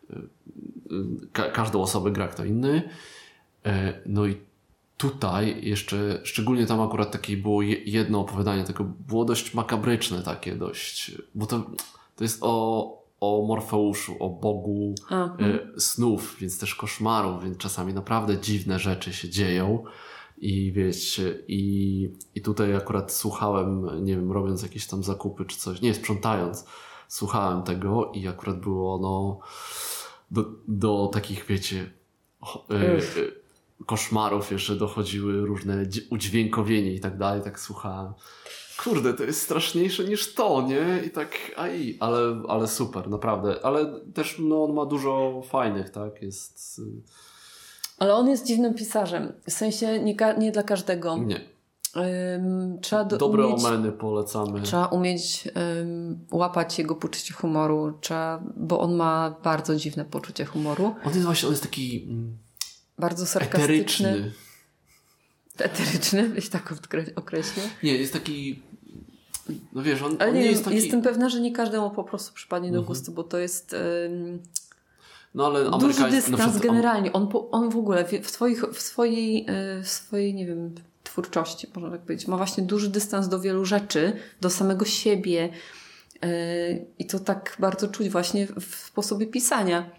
każdą osobę gra kto inny. No i tutaj jeszcze, szczególnie tam akurat takie było jedno opowiadanie, tylko było dość makabryczne takie dość, bo to jest o Morfeuszu, o Bogu snów, więc też koszmarów, więc czasami naprawdę dziwne rzeczy się dzieją i wiecie, i tutaj akurat słuchałem, nie wiem, robiąc jakieś tam zakupy czy coś, nie, sprzątając, słuchałem tego i akurat było ono do takich, wiecie, koszmarów jeszcze dochodziły różne udźwiękowienie i tak dalej, tak słuchałem. Kurde, to jest straszniejsze niż to, nie? I tak, ale super, naprawdę. Ale też on ma dużo fajnych, tak? Jest... Ale on jest dziwnym pisarzem. W sensie nie dla każdego. Nie. Trzeba Dobre omeny polecamy. Trzeba umieć łapać jego poczucie humoru, bo on ma bardzo dziwne poczucie humoru. On jest taki... bardzo sarkastyczny. Eteryczny, byś tak określił? Nie, jest taki... No wiesz, on ale nie jest taki... Jestem pewna, że nie każdemu po prostu przypadnie do gustu, bo to jest no, ale duży dystans generalnie. On w ogóle w swojej, nie wiem, twórczości, można tak powiedzieć, ma właśnie duży dystans do wielu rzeczy, do samego siebie i to tak bardzo czuć właśnie w sposobie pisania.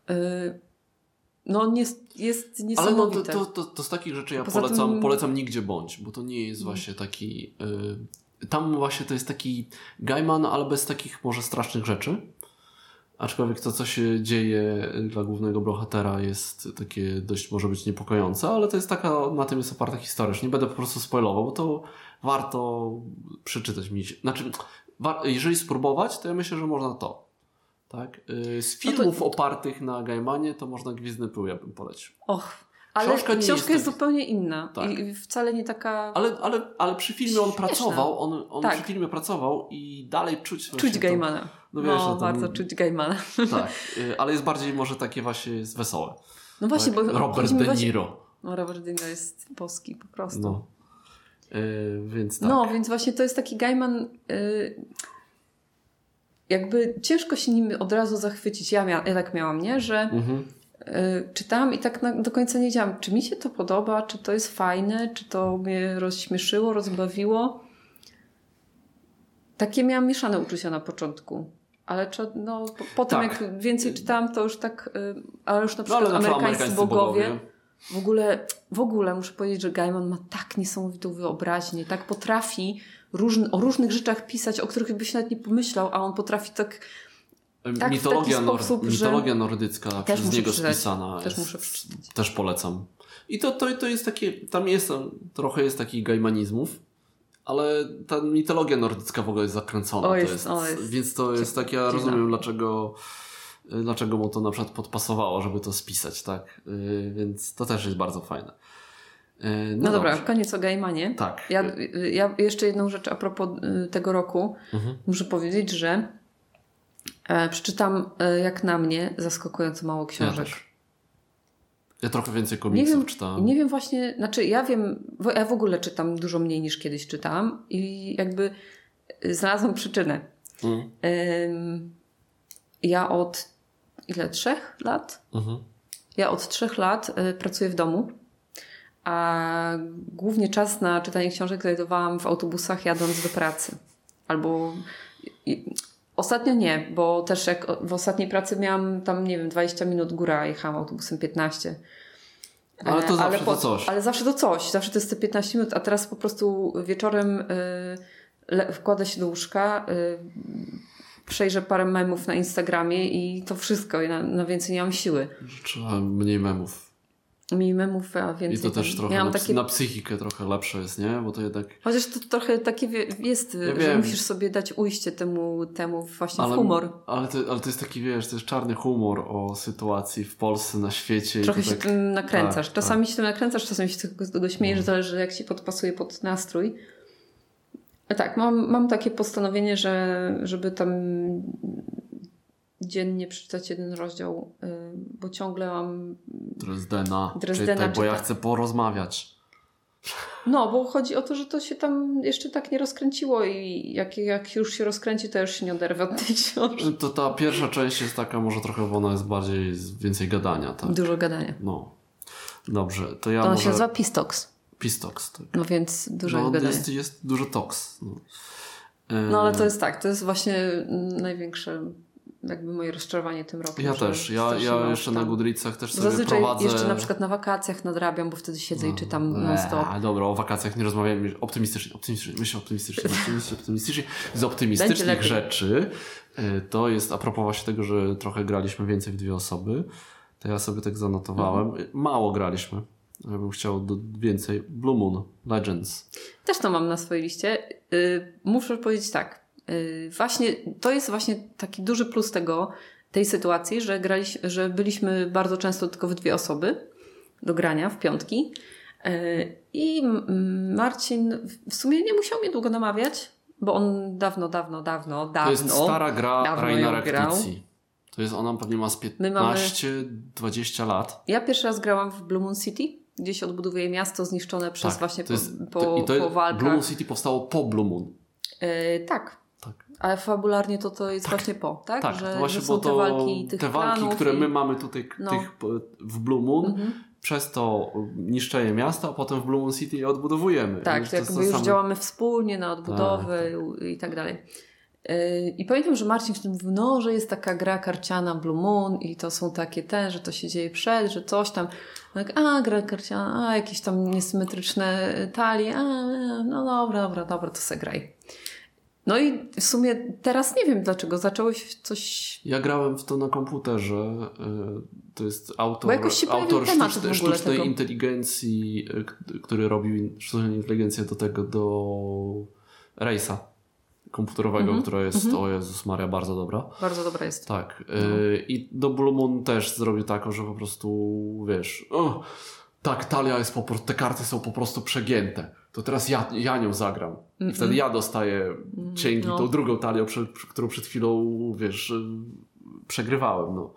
No jest niesamowite. Ale to z takich rzeczy ja polecam Nigdzie Bądź, bo to nie jest właśnie taki... tam właśnie to jest taki Gaiman, ale bez takich może strasznych rzeczy. Aczkolwiek to, co się dzieje dla głównego bohatera jest takie dość może być niepokojące, ale to jest na tym jest oparta historia. Nie będę po prostu spoilował, bo to warto przeczytać mi się. Znaczy, jeżeli spróbować, to ja myślę, że można to. Tak? Z filmów opartych na Gaimanie to można Gwiezdny Pył, ja bym polecił. Ale książka jest zupełnie inna. Tak. I wcale nie taka... Ale przy filmie on pracował, on tak. Przy filmie pracował i dalej czuć Gaimana. No wiesz, bardzo czuć Gaimana. Tak, ale jest bardziej może takie właśnie jest wesołe. No właśnie, tak? bo... Robert De Niro. No Robert De Niro jest boski po prostu. No. Więc tak. No, więc właśnie to jest taki Gaiman... jakby ciężko się nim od razu zachwycić. Ja tak miałam, nie? Że czytałam i tak do końca nie wiedziałam, czy mi się to podoba, czy to jest fajne, czy to mnie rozśmieszyło, rozbawiło. Takie miałam mieszane uczucia na początku. Ale potem jak więcej czytałam, to już tak... ale już na przykład Amerykańscy bogowie. W ogóle muszę powiedzieć, że Gaiman ma tak niesamowitą wyobraźnię, tak potrafi o różnych rzeczach pisać, o których byś nawet nie pomyślał, a on potrafi tak mitologia nordycka przez niego spisana. Też muszę przeczytać. Też polecam. I to jest takie, trochę jest takich gaimanizmów, ale ta mitologia nordycka w ogóle jest zakręcona. Więc to jest tak, ja rozumiem dlaczego mu to na przykład podpasowało, żeby to spisać, tak? Więc to też jest bardzo fajne. No dobra, koniec o Gaimanie. Tak. Ja jeszcze jedną rzecz a propos tego roku. Muszę powiedzieć, że przeczytam jak na mnie zaskakująco mało książek. Ja trochę więcej komiksów czytałem. Nie wiem właśnie, znaczy ja wiem, ja w ogóle czytam dużo mniej niż kiedyś czytałam i jakby znalazłam przyczynę. Ja od 3 lat? Ja od 3 lat pracuję w domu, a głównie czas na czytanie książek znajdowałam w autobusach jadąc do pracy. Albo Ostatnio nie, bo też jak w ostatniej pracy miałam tam, nie wiem, 20 minut góra, jechałam autobusem 15. Ale to zawsze to coś. Ale zawsze to coś. Zawsze to jest te 15 minut, a teraz po prostu wieczorem wkładę się do łóżka, przejrzę parę memów na Instagramie i to wszystko. I na więcej nie mam siły. Trzeba mniej memów. Mniej memów, a więcej... I to też trochę na psychikę trochę lepsze jest, nie? Bo to jednak... Chociaż to trochę takie jest, że musisz sobie dać ujście temu właśnie w humor. Ale to jest taki, wiesz, to jest czarny humor o sytuacji w Polsce, na świecie. Trochę i się tym nakręcasz. Czasami się tym nakręcasz, czasami się z tego śmiejesz, zależy jak ci podpasuje pod nastrój. Tak, mam takie postanowienie, żeby tam dziennie przeczytać jeden rozdział, bo ciągle mam Dresdena czytaj, bo ja chcę porozmawiać. No, bo chodzi o to, że to się tam jeszcze tak nie rozkręciło i jak już się rozkręci, to już się nie oderwę od tej książki. To ta pierwsza część jest taka, może trochę, bo ona jest więcej gadania. Tak? Dużo gadania. No. Dobrze, to ja to może... się nazywa Pistox. Pistox, tak. No więc dużo gadania. Jest dużo toks. No ale to jest tak, to jest właśnie największe jakby moje rozczarowanie tym rokiem. Ja też. Ja jeszcze na Goodreadsach też sobie zazwyczaj prowadzę... jeszcze na przykład na wakacjach nadrabiam, bo wtedy siedzę i czytam non-stop. Dobra, o wakacjach nie rozmawiamy. Myślę optymistycznie. Z optymistycznych rzeczy to jest, a propos właśnie tego, że trochę graliśmy więcej w 2 osoby, to ja sobie tak zanotowałem. Mało graliśmy. Ja bym chciał więcej. Blue Moon Legends. Też to mam na swojej liście. Muszę powiedzieć tak. Właśnie to jest właśnie taki duży plus tej sytuacji, że byliśmy bardzo często tylko w 2 osoby do grania w piątki i Marcin w sumie nie musiał mnie długo namawiać, bo on dawno to jest stara gra Rainera Knizzi. To jest, ona pewnie ma z 15-20 lat. Ja pierwszy raz grałam w Blue Moon City. Gdzieś odbudowuje miasto zniszczone przez właśnie po walkach. Blue Moon City powstało po Blue Moon. Tak. Ale fabularnie to jest właśnie po, tak? Tak, że właśnie, są te walki tych walki, które my mamy tutaj w Blue Moon, przez to niszczenie miasta, a potem w Blue Moon City je odbudowujemy. Tak, jakby już działamy wspólnie na odbudowę i tak dalej. I pamiętam, że Marcin wtedy mówił, że jest taka gra karciana Blue Moon i to są takie że to się dzieje że coś tam. Tak, gra karciana, jakieś tam niesymetryczne talie, no dobra, to se graj. No i w sumie teraz nie wiem dlaczego, zacząłeś coś... Ja grałem w to na komputerze, to jest autor sztucznej inteligencji, który robił sztuczną inteligencję do Race'a komputerowego, która jest, o Jezus Maria, bardzo dobra. Bardzo dobra jest. Tak. I do Blue Moon też zrobił tak, że po prostu, wiesz, tak, talia jest te karty są po prostu przegięte. To teraz ja nią zagram. I wtedy ja dostaję cięgi tą drugą talią, którą przed chwilą, wiesz, przegrywałem. No.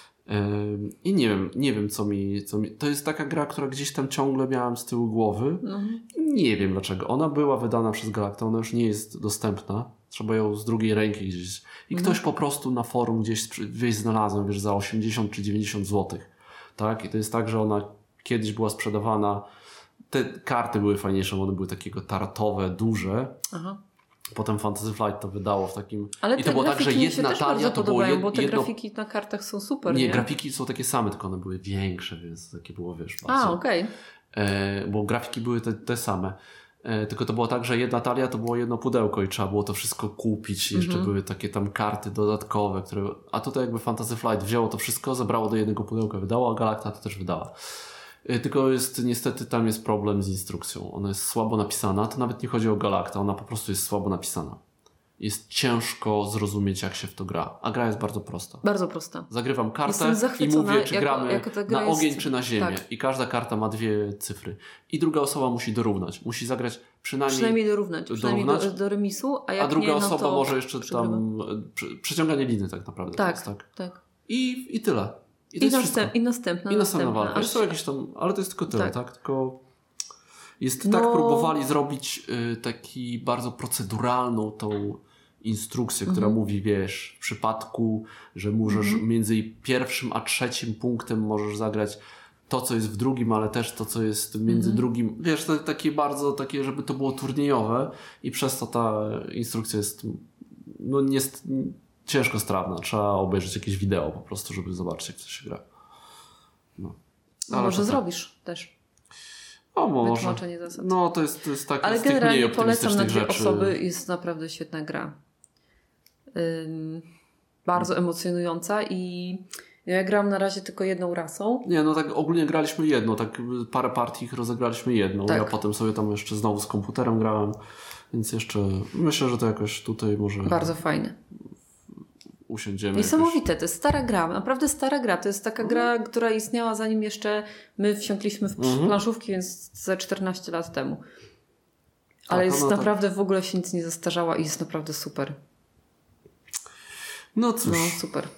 I nie wiem co mi... To jest taka gra, która gdzieś tam ciągle miałem z tyłu głowy. Nie wiem dlaczego. Ona była wydana przez Galacta, ona już nie jest dostępna. Trzeba ją z drugiej ręki gdzieś. I ktoś po prostu na forum gdzieś znalazłem, wiesz, za 80 czy 90 zł. Tak? I to jest tak, że ona kiedyś była sprzedawana. Te karty były fajniejsze, one były takiego tartowe, duże. Aha. Potem Fantasy Flight to wydało w takim... Ale i to było tak, że jedna talia to było bo te grafiki na kartach są super, nie? Grafiki są takie same, tylko one były większe, więc takie było, wiesz, bardzo... okej. Bo grafiki były te same. Tylko to było tak, że jedna talia to było jedno pudełko i trzeba było to wszystko kupić. Jeszcze były takie tam karty dodatkowe, które... A tutaj jakby Fantasy Flight wzięło to wszystko, zebrało do jednego pudełka, wydało, a Galacta to też wydała. Tylko niestety tam jest problem z instrukcją. Ona jest słabo napisana. To nawet nie chodzi o Galacta. Ona po prostu jest słabo napisana. Jest ciężko zrozumieć, jak się w to gra. A gra jest bardzo prosta. Bardzo prosta. Zagrywam kartę i mówię, czy gramy na ogień, czy na ziemię. Tak. I każda karta ma 2 cyfry. I druga osoba musi dorównać. Musi zagrać przynajmniej dorównać. Do remisu, a druga nie, osoba to może jeszcze tam... Przeciąganie liny tak naprawdę. Tak. I tyle. I następna walka. Są jakieś tam, ale to jest tylko tyle, tak? Tylko tak próbowali zrobić taki bardzo proceduralną tą instrukcję, która mówi, wiesz, w przypadku, że możesz między pierwszym a trzecim punktem możesz zagrać to, co jest w drugim, ale też to, co jest między drugim. Wiesz, takie bardzo, żeby to było turniejowe i przez to ta instrukcja jest no ciężko strawna. Trzeba obejrzeć jakieś wideo po prostu, żeby zobaczyć, jak to się gra. No. Ale może zrobisz też. O, może. Wytłumaczenie zasad. No, to jest takie ale z tych mniej generalnie optymistycznych polecam na 2 rzeczy. osoby. Jest naprawdę świetna gra. Bardzo emocjonująca i ja gram na razie tylko jedną rasą. Nie, no tak ogólnie graliśmy jedną, tak parę partii ich rozegraliśmy jedną. Tak. Ja potem sobie tam jeszcze znowu z komputerem grałem, więc jeszcze myślę, że to jakoś tutaj może... Bardzo fajne. Usiądziemy. Niesamowite, to jest stara gra, naprawdę stara gra. To jest taka gra, która istniała zanim jeszcze my wsiąkliśmy w planszówki, więc ze 14 lat temu. Ale jest naprawdę w ogóle się nic nie zastarzała i jest naprawdę super. No cóż. No, super.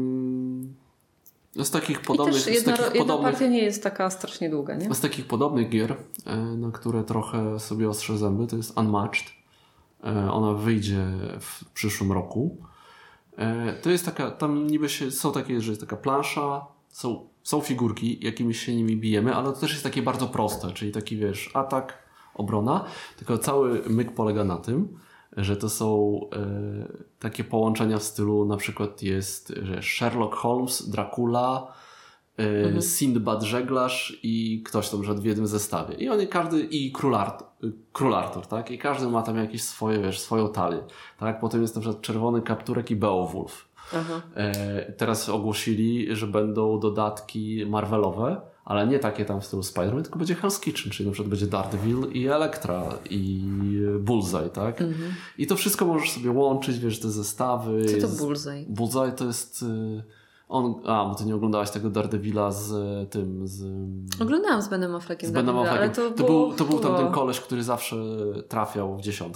Z takich podobnych... I też jedna partia nie jest taka strasznie długa, nie? Z takich podobnych gier, na które trochę sobie ostrze zęby, to jest Unmatched. Ona wyjdzie w przyszłym roku. To jest taka, tam niby są takie, że jest taka plansza, są figurki, jakimi się nimi bijemy, ale to też jest takie bardzo proste, czyli taki, wiesz, atak, obrona, tylko cały myk polega na tym, że to są takie połączenia w stylu, na przykład jest że Sherlock Holmes, Dracula, Sindbad Żeglarz i ktoś tam, że w jednym zestawie. I oni każdy, i Król Artur, tak? I każdy ma tam jakieś swoje, wiesz, swoją talię. Tak? Potem jest na przykład Czerwony Kapturek i Beowulf. Teraz ogłosili, że będą dodatki Marvelowe, ale nie takie tam w stylu Spider-Man, tylko będzie Hell's Kitchen, czyli na przykład będzie Daredevil i Elektra i Bullseye, tak? I to wszystko możesz sobie łączyć, wiesz, te zestawy. Co to Bullseye? Bullseye to jest... bo ty nie oglądałaś tego Daredevila z tym... Oglądałam z Benem Affleckiem. Z Benem Affleckiem. To był tam ten koleś, który zawsze trafiał w 10.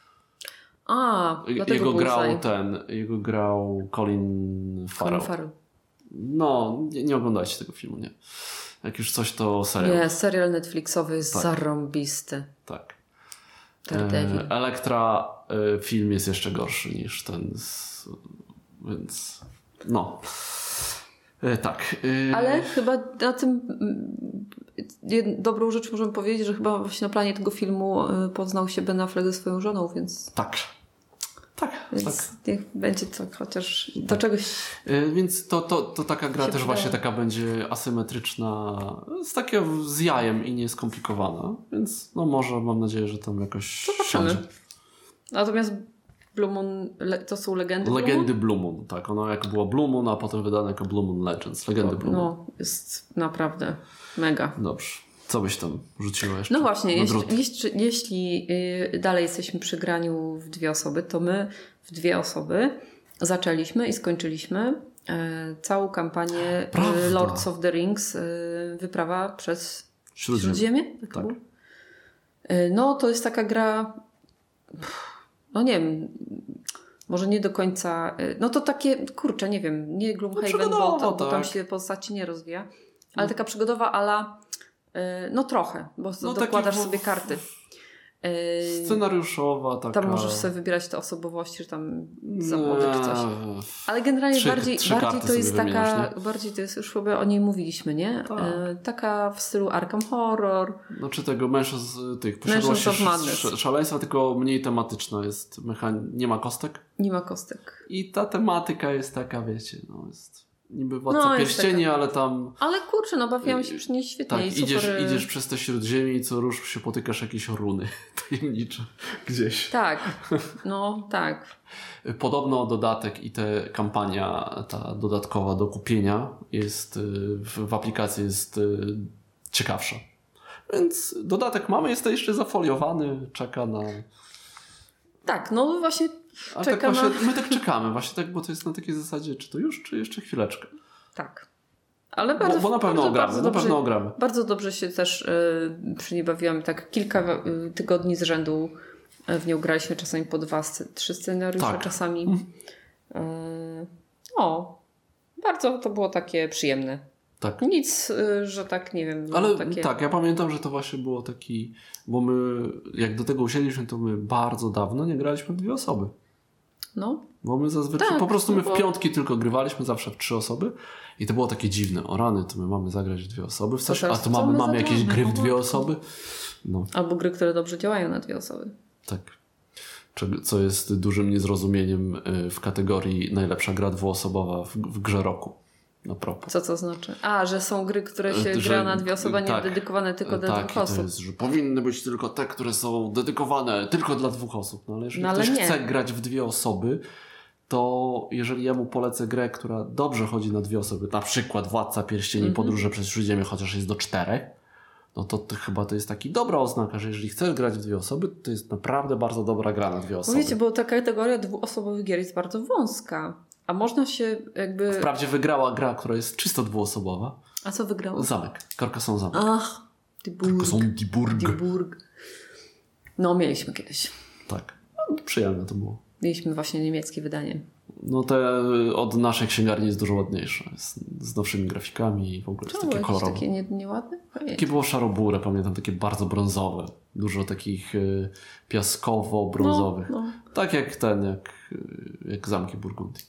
Dlatego Jego grał Colin Farrell. No, nie oglądajcie tego filmu, nie. Jak już coś, to serial. Nie, serial Netflixowy jest zarąbisty. Tak. Daredevil. Elektra film jest jeszcze gorszy niż ten, więc no. Tak. Ale chyba na tym dobrą rzecz możemy powiedzieć, że chyba właśnie na planie tego filmu poznał się Ben Affleck ze swoją żoną, więc... Tak. Więc niech będzie to chociaż do czegoś... Więc to taka gra też przydało. właśnie taka będzie asymetryczna, z jajem i nieskomplikowana. Więc no może mam nadzieję, że tam jakoś zobaczymy. Natomiast Blue Moon, to są legendy Blue Moon, tak. Ono jak było Blue Moon, a potem wydane jako Blue Moon Legends. Legendy Blue Moon. No, jest naprawdę mega. Dobrze. Co byś tam rzuciła jeszcze? No właśnie, jeśli dalej jesteśmy przy graniu w 2 osoby, to my w 2 osoby zaczęliśmy i skończyliśmy całą kampanię Lords of the Rings, wyprawa przez Śródziemie. Tak. No to jest taka gra, no nie wiem, może nie do końca, no to takie, kurczę, nie wiem, nie Gloomhaven, bo tam się postaci nie rozwija, ale taka przygodowa ala no trochę, bo dokładasz sobie karty. Scenariuszowa taka. Tam możesz sobie wybierać te osobowości, czy tam zawody, czy coś. Ale generalnie bardziej to jest taka, bardziej to jest, już chyba o niej mówiliśmy, nie? Taka w stylu Arkham Horror. Znaczy tego posiadłości szaleństwa, tylko mniej tematyczna jest. Nie ma kostek? Nie ma kostek. I ta tematyka jest taka, wiecie, jest niby Władca Pierścieni, ale tam... Ale kurczę, bawiłam się przy niej świetnie. Tak, idziesz przez te Śródziemie i co rusz się potykasz jakieś runy tajemnicze gdzieś. Tak, tak. Podobno dodatek i kampania ta dodatkowa do kupienia jest w aplikacji jest ciekawsza. Więc dodatek mamy, jest jeszcze zafoliowany, czeka na... Tak, no właśnie... My tak czekamy, właśnie tak, bo to jest na takiej zasadzie, czy to już, czy jeszcze chwileczkę. Tak. Ale bardzo, bo na pewno ogramy. Bardzo dobrze się też przy niej bawiłam. Tak kilka tygodni z rzędu w nią graliśmy, czasami po 2-3 scenariusze, czasami. Bardzo to było takie przyjemne. Tak. Nic, że tak nie wiem. Ale tak, ja pamiętam, że to właśnie było taki, bo my jak do tego usiedliśmy, to my bardzo dawno nie graliśmy w 2 osoby. No. Bo my zazwyczaj, po prostu my w piątki tylko grywaliśmy, zawsze w 3 osoby i to było takie dziwne. O rany, to my mamy zagrać w 2 osoby, a to mamy jakieś gry w 2 osoby. No. Albo gry, które dobrze działają na 2 osoby. Tak. co jest dużym niezrozumieniem w kategorii najlepsza gra dwuosobowa w grze roku. Na propos. Co to znaczy? Że są gry, które się gra na 2 osoby, nie dedykowane tylko dla 2 osób. To jest, że powinny być tylko te, które są dedykowane tylko dla 2 osób. No ale jeżeli ktoś chce grać w 2 osoby, to jeżeli ja mu polecę grę, która dobrze chodzi na 2 osoby, na przykład Władca Pierścieni, Podróże przez Śródziemie, chociaż jest do 4, no to chyba to jest taka dobra oznaka, że jeżeli chcesz grać w 2 osoby, to jest naprawdę bardzo dobra gra na 2 osoby. Wiecie, bo ta kategoria 2-osobowych gier jest bardzo wąska. A można się jakby... Wprawdzie wygrała gra, która jest czysto 2-osobowa. A co wygrało? Zamek. Carcassonne Zamek. Carcassonne die Burg. No, mieliśmy kiedyś. Tak. No, przyjemne to było. Mieliśmy właśnie niemieckie wydanie. No te od naszej księgarni jest dużo ładniejsze. Z nowszymi grafikami i w ogóle jest takie kolorowe. Takie nieładne? Takie było szaro-burę, pamiętam, takie bardzo brązowe. Dużo takich piaskowo-brązowych. No. Tak jak jak zamki Burgundii.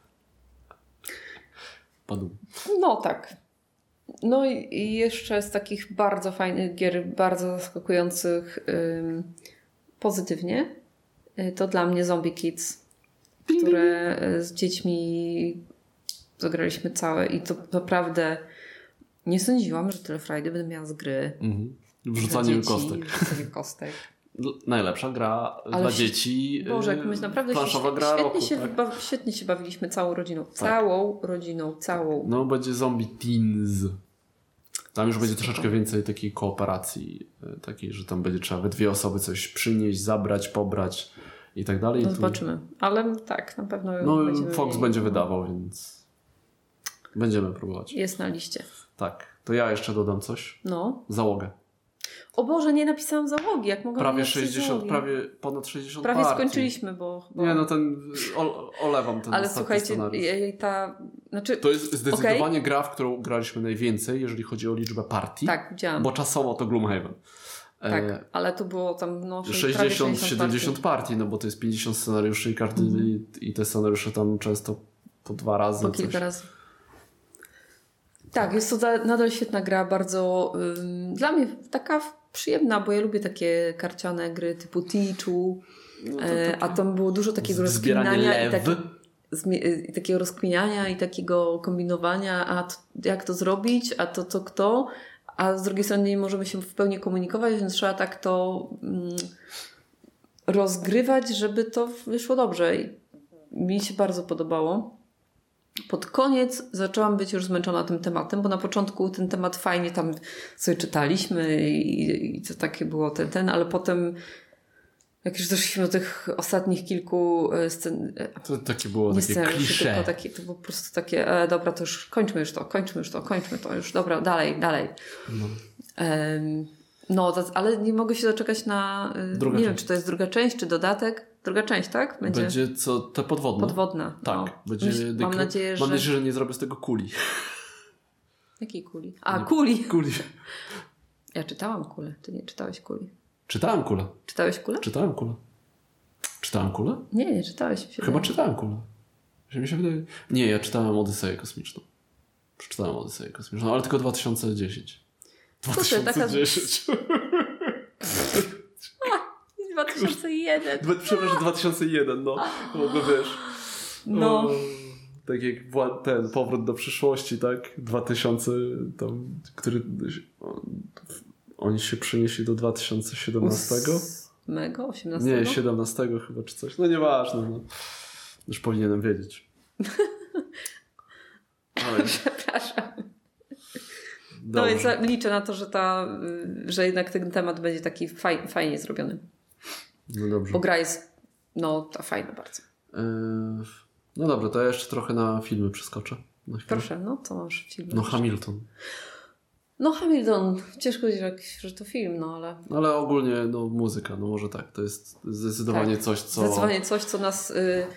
Padł. No tak. No i jeszcze z takich bardzo fajnych gier, bardzo zaskakujących pozytywnie, to dla mnie Zombie Kids, które z dziećmi zagraliśmy całe i to naprawdę nie sądziłam, że tyle frajdy będę miała z gry. Wrzucanie kostek. Najlepsza gra dla dzieci. Boże, jak my naprawdę świetnie się bawiliśmy całą rodziną. Tak. Całą. No będzie Zombie Teens. Tam już będzie troszeczkę więcej takiej kooperacji. Takiej, że tam będzie trzeba we 2 osoby coś przynieść, zabrać, pobrać i tak dalej. No zobaczymy. Ale tak, na pewno Fox będzie wydawał, więc będziemy próbować. Jest na liście. Tak. To ja jeszcze dodam coś. No. Załogę. O Boże, nie napisałam załogi. Jak mogłam prawie 60, prawie ponad 60 Prawie partii. skończyliśmy, bo... Nie, no olewam ten. Ale słuchajcie, scenariusz. To jest zdecydowanie gra, w którą graliśmy najwięcej, jeżeli chodzi o liczbę partii. Tak, widziałam. Bo czasowo to Gloomhaven. Tak, ale to było tam 60-70 partii, no bo to jest 50 scenariuszy i każdy i te scenariusze tam często po 2 razy. Po kilka razy. Tak, jest to nadal świetna gra, bardzo dla mnie taka przyjemna, bo ja lubię takie karciane gry typu Teachu, a tam było dużo takiego rozkminiania i takiego rozkminiania i takiego kombinowania, jak to zrobić, a to kto, a z drugiej strony nie możemy się w pełni komunikować, więc trzeba tak to rozgrywać, żeby to wyszło dobrze. I mi się bardzo podobało. Pod koniec zaczęłam być już zmęczona tym tematem, bo na początku ten temat fajnie tam sobie czytaliśmy i to takie było ale potem jak już doszliśmy do tych ostatnich kilku scen... To takie było takie klisze. To było po prostu takie, dobra, to już kończmy to już, dobra, dalej. Ale nie mogę się doczekać na... nie wiem, czy to jest druga część, czy dodatek. Druga część, tak? Będzie te podwodne. Podwodna. Tak. Mam nadzieję, że nie zrobię z tego kuli. Jakiej kuli? Kuli. Kuli. Ja czytałam kulę. Ty nie czytałeś kuli. Czytałem kulę. Czytałeś kulę? Czytałem kulę. Czytałem kulę? Nie czytałeś. Chyba czytałem kulę. Że mi się wydaje... Nie, ja czytałem Odyseję Kosmiczną. Przeczytałem Odyseję Kosmiczną, ale tylko 2010. 2010. 2001. Przepraszam, 2001, no. Wiesz. No. Tak jak ten Powrót do przyszłości, tak? 2000, tam, który... Oni się przenieśli do 2017? 18? Nie, 17 chyba, czy coś. No nieważne, no. Już powinienem wiedzieć. Przepraszam. No więc liczę na to, że jednak ten temat będzie taki fajnie zrobiony. No dobrze. Bo gra jest fajna bardzo. No dobra, to ja jeszcze trochę na filmy przeskoczę. Proszę, co masz w filmie? Hamilton. Hamilton. Ciężko powiedzieć, że to film, ale... Ale ogólnie, muzyka, może tak. To jest zdecydowanie coś, co... Zdecydowanie coś, co nas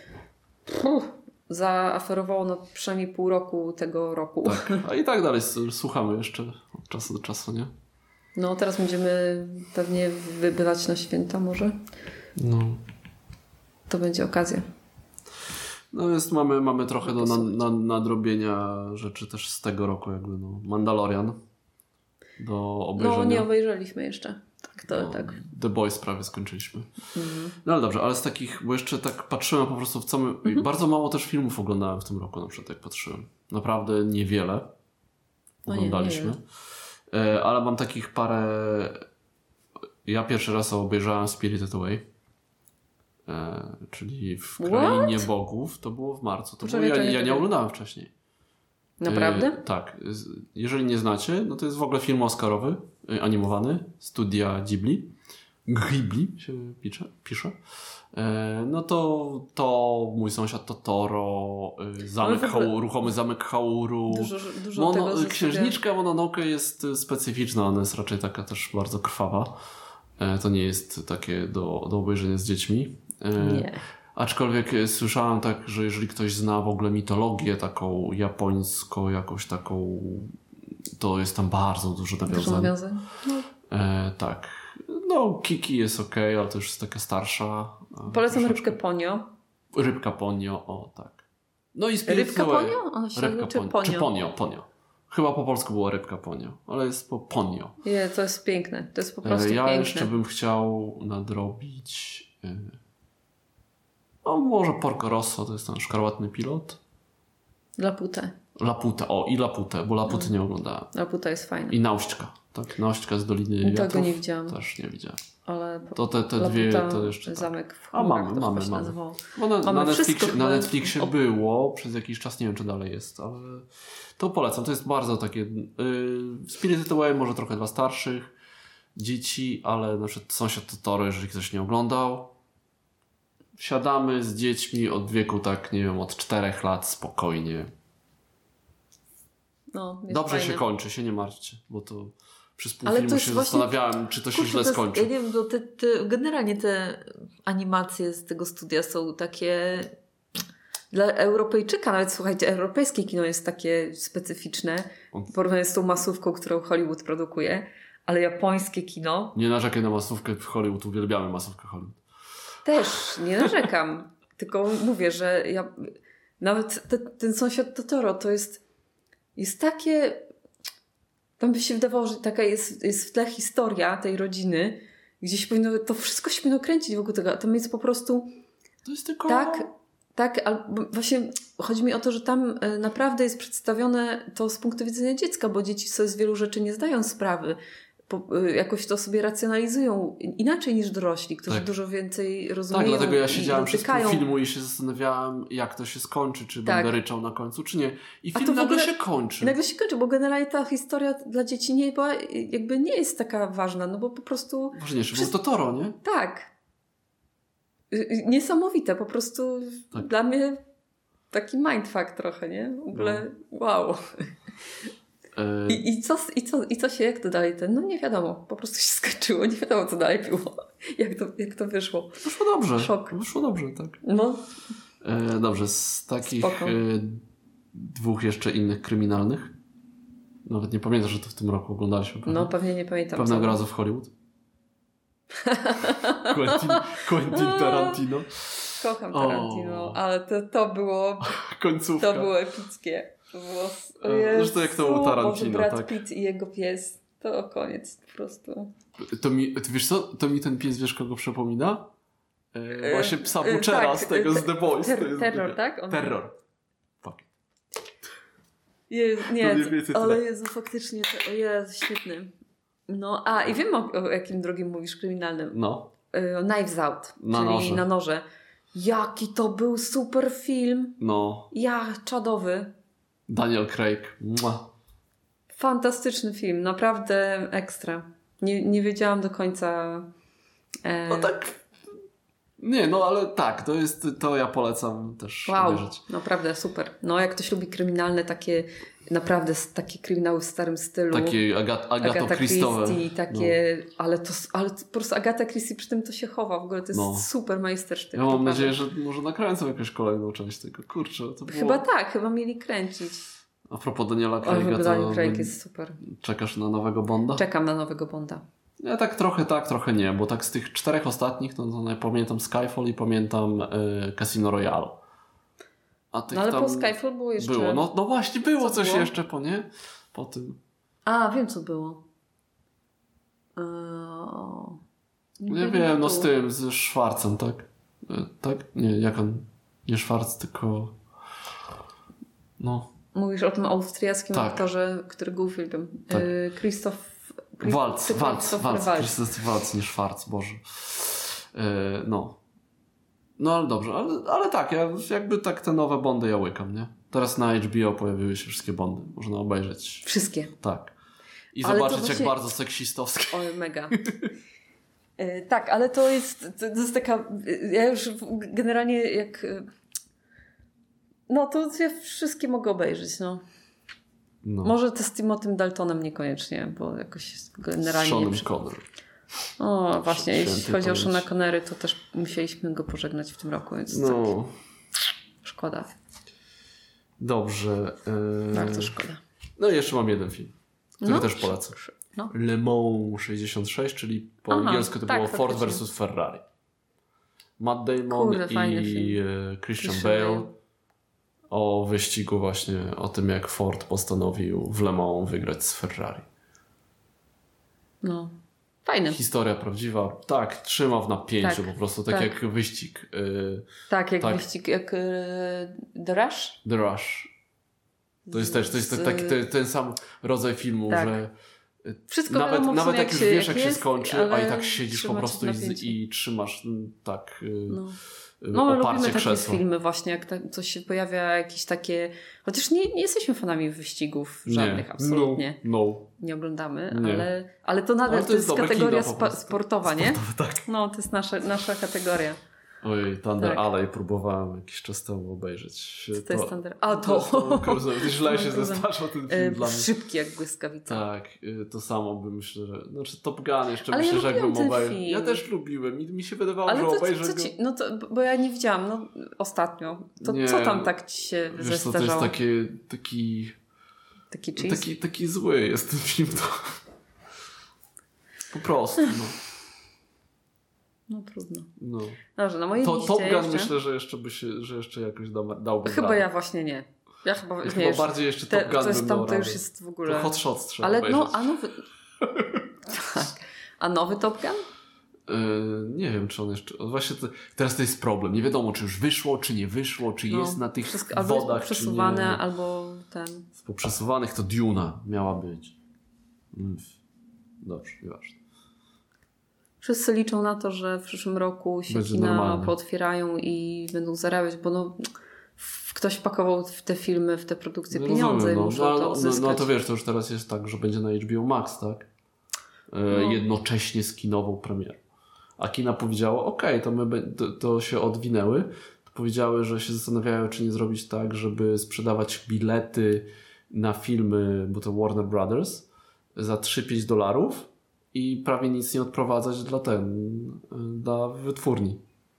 zaaferowało na przynajmniej pół roku tego roku. Tak. A i tak dalej słuchamy jeszcze od czasu do czasu, nie? No, teraz będziemy pewnie wybywać na święta może. No. To będzie okazja. No jest, mamy trochę do nadrobienia rzeczy też z tego roku jakby, Mandalorian do obejrzenia. No, nie obejrzeliśmy jeszcze. Tak. The Boys prawie skończyliśmy. No ale dobrze, ale z takich, bo jeszcze tak patrzyłem po prostu w co my... Bardzo mało też filmów oglądałem w tym roku, na przykład jak patrzyłem. Naprawdę niewiele oglądaliśmy. Ale mam takich parę... Ja pierwszy raz obejrzałem Spirited Away. Czyli w Krainie Bogów. To było w marcu. Ja nie oglądałem wcześniej. Naprawdę? Tak. Jeżeli nie znacie, no to jest w ogóle film oscarowy, animowany, studia Ghibli. Ghibli się pisze. No to Mój sąsiad Totoro, ruchomy zamek Hauru. Dużo tego Księżniczka Mononoke jest specyficzna, ona jest raczej taka też bardzo krwawa. To nie jest takie do obejrzenia z dziećmi. Nie. Aczkolwiek słyszałem tak, że jeżeli ktoś zna w ogóle mitologię taką japońską, jakąś taką, to jest tam bardzo dużo nawiązań. No. Tak. No, Kiki jest okej, ale to już jest taka starsza. Polecam Rybkę Ponio. Rybka Ponio, o tak. No i Rybka Ponio? Ona się nazywa czy Ponio? Czy Ponio. Chyba po polsku było Rybka Ponio, ale jest po Ponio. Nie, to jest piękne. To jest po prostu piękne. Ja jeszcze bym chciał nadrobić... może Porco Rosso, to jest ten szkarłatny pilot. Laputę, bo Laputy nie oglądałem. Laputa jest fajna. I Nauśćka, tak? Nauśćka z Doliny Wiatrów. Tego nie widziałam. Też nie widziałem. Ale to te dwie to jeszcze zamek w chmurach. Mamy. Bo na Netflixie było przez jakiś czas, nie wiem czy dalej jest, ale to polecam. To jest bardzo takie Spirited Away, może trochę dla starszych dzieci, ale na przykład Sąsiad Totoro, jeżeli ktoś nie oglądał, siadamy z dziećmi od wieku tak, nie wiem, od 4 lat spokojnie. Dobrze fajne. się kończy, się nie martwcie, bo to przez pół filmu się zastanawiałem, czy to się źle skończy. Ja nie wiem, bo generalnie te animacje z tego studia są takie dla Europejczyka, nawet słuchajcie, europejskie kino jest takie specyficzne w porównaniu z tą masówką, którą Hollywood produkuje, ale japońskie kino... Nie narzekaj na masówkę w Hollywood, uwielbiamy masówkę Hollywood. Też, nie narzekam, tylko mówię, że nawet ten Sąsiad Totoro to jest takie... Tam by się wydawało, że taka jest w tle historia tej rodziny, gdzieś to wszystko się powinno kręcić wokół tego, a tam jest po prostu... To jest tylko... Tak, ale właśnie chodzi mi o to, że tam naprawdę jest przedstawione to z punktu widzenia dziecka, bo dzieci sobie z wielu rzeczy nie zdają sprawy. Jakoś to sobie racjonalizują inaczej niż dorośli, którzy dużo więcej rozumieją. Tak, dlatego ja siedziałem przez pół filmu i się zastanawiałem, jak to się skończy, czy będę ryczał na końcu, czy nie. I film nagle się kończy. Nagle się kończy, bo generalnie ta historia dla dzieci nie jest taka ważna, no bo po prostu... Ważniejsze było Totoro, nie? Tak. Niesamowite, po prostu dla mnie taki mindfuck trochę, nie? W ogóle wow. I co się, jak to dalej no nie wiadomo, po prostu się skończyło, nie wiadomo co dalej było, jak to wyszło. Wyszło dobrze. Szok. Wyszło dobrze, tak. No. Dobrze, z takich dwóch jeszcze innych kryminalnych, nawet nie pamiętasz, że to w tym roku oglądaliśmy. Prawda? No pewnie nie pamiętam. Pewnego razu w Hollywood. Quentin Tarantino. Kocham Tarantino, ale to było końcówka. To było epickie. To było zresztą jak to u Tarantino, Brad Pitt i jego pies. To koniec po prostu. Wiesz co? To mi ten pies, wiesz kogo przypomina? Właśnie psa Butchera z tego z The Boys. Terror, tak? Terror. Fuck. Ale Jezu, faktycznie jest świetny. No, i wiem o jakim drugim mówisz kryminalnym. No. Knives Out, czyli Na noże. Jaki to był super film. No. Czadowy. Daniel Craig. Mua. Fantastyczny film, naprawdę ekstra. Nie wiedziałam do końca. No tak. Nie, no ale tak, to ja polecam też obejrzeć. Naprawdę super. No jak ktoś lubi kryminalne takie, naprawdę takie kryminały w starym stylu. Takie Agata Christie, takie, ale po prostu Agata Christie przy tym to się chowa. W ogóle to jest super majstersztyk. Ja mam nadzieję, że może nakręcą jakąś kolejną część tego. Kurczę, to było... Chyba mieli kręcić. A propos Daniela Craiga, Daniel Craig jest super. Czekasz na nowego Bonda? Czekam na nowego Bonda. Ja tak, trochę nie, bo tak z tych 4 ostatnich, to pamiętam Skyfall i pamiętam Casino Royale. Ale po Skyfall było jeszcze... Było, no właśnie, było coś jeszcze po tym. Wiem co było. Nie wiem, no z tym, z Schwarzem, tak? Tak? Nie, jak on? Nie Schwarz, tylko... No. Mówisz o tym austriackim aktorze, którego uwielbiam. Tak. Christoph Waltz, Christoph Waltz, nie Schwarz, Boże. No. No ale dobrze, ale tak, ja jakby tak te nowe Bondy ja łykam, nie? Teraz na HBO pojawiły się wszystkie Bondy. Można obejrzeć. Wszystkie? Tak. I ale zobaczyć, właśnie... jak bardzo seksistowskie. Oj, mega. Tak, ale to jest taka... Ja już generalnie jak... No to ja wszystkie mogę obejrzeć, no. Może te z Timothym Daltonem niekoniecznie, bo jakoś generalnie... Seanem Connery. O, właśnie, jeśli chodzi o Seana Connery, to też musieliśmy go pożegnać w tym roku, więc tak. Szkoda. Dobrze. Bardzo szkoda. No i jeszcze mam jeden film, który też polecam. No. Le Mans 66, czyli po angielsku to było Ford vs Ferrari. Matt Damon i Christian Bale o wyścigu właśnie, o tym jak Ford postanowił w Le Mans wygrać z Ferrari. No. Fajne. Historia prawdziwa. Tak, trzyma w napięciu po prostu, tak jak wyścig. Wyścig, jak The Rush? The Rush. To jest ten sam rodzaj filmu, że wszystko nawet jak już wiesz, jak się skończy, a i tak siedzisz po prostu i trzymasz oparcie lubimy krzesła. Takie filmy właśnie, jak coś się pojawia, jakieś takie... Chociaż nie jesteśmy fanami wyścigów żadnych, absolutnie. Nie oglądamy, ale to nadal to jest kategoria sportowa, nie? Tak. No, to jest nasza kategoria. Oj, Thunder Alley próbowałem jakiś czas temu obejrzeć. Co to jest Thunder? Źle się zestarzał ten film dla mnie. Szybki jak błyskawica. Tak, to samo bym myślę, że... Znaczy Top Gun jeszcze myślę, że jakbym obejrzał. Ja też lubiłem i mi się wydawało, że obejrzę go. Bo ja nie widziałam ostatnio. Co tam tak ci się zestarzało? To jest taki zły jest ten film. Po prostu, No trudno. No. Dobrze, na mojej liście Top Gun jeszcze... myślę, że jeszcze jakoś dałby Chyba radę. ja właśnie nie. Ja chyba bardziej jeszcze Top Gun bym dał to już jest w ogóle... To Hot Shots trzeba obejrzeć. A nowy... tak. A nowy Top Gun? Nie wiem, czy on jeszcze... Właśnie teraz to jest problem. Nie wiadomo, czy już wyszło, czy nie wyszło, czy jest na tych albo wodach, jest poprzesuwane, czy nie. albo ten... Z poprzesuwanych to Duna miała być. Dobrze, nieważne. Wszyscy liczą na to, że w przyszłym roku się kina pootwierają i będą zarabiać, bo ktoś pakował w te filmy, w te produkcje pieniądze i muszą to odzyskać. No to wiesz, to już teraz jest tak, że będzie na HBO Max, tak? Jednocześnie z kinową premierą. A kina powiedziało, to się odwinęły. To powiedziały, że się zastanawiają, czy nie zrobić tak, żeby sprzedawać bilety na filmy, bo to Warner Brothers, za $3-5 i prawie nic nie odprowadzać dla wytwórni.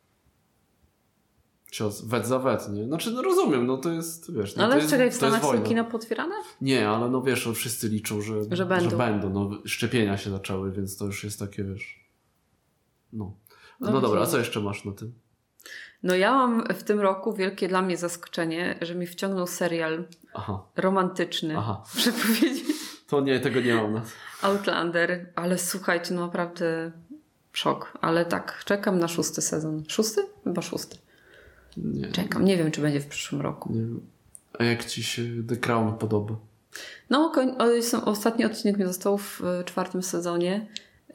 Cios, wet za wet, nie? Znaczy, rozumiem, to jest, wiesz... Ale czekaj, w Stanach są kina potwierane? Nie, ale wiesz, wszyscy liczą, że będą. Szczepienia się zaczęły, więc to już jest takie, wiesz... No dobra, a co jeszcze masz na tym? Ja mam w tym roku wielkie dla mnie zaskoczenie, że mi wciągnął serial romantyczny. Muszę powiedzieć. To nie, tego nie mam. Outlander, ale słuchajcie, naprawdę szok. Ale tak, czekam na 6. sezon. 6? Chyba 6. Nie. Czekam, nie wiem, czy będzie w przyszłym roku. Nie wiem. A jak ci się The Crown podoba? Ostatni odcinek mi został w 4. sezonie.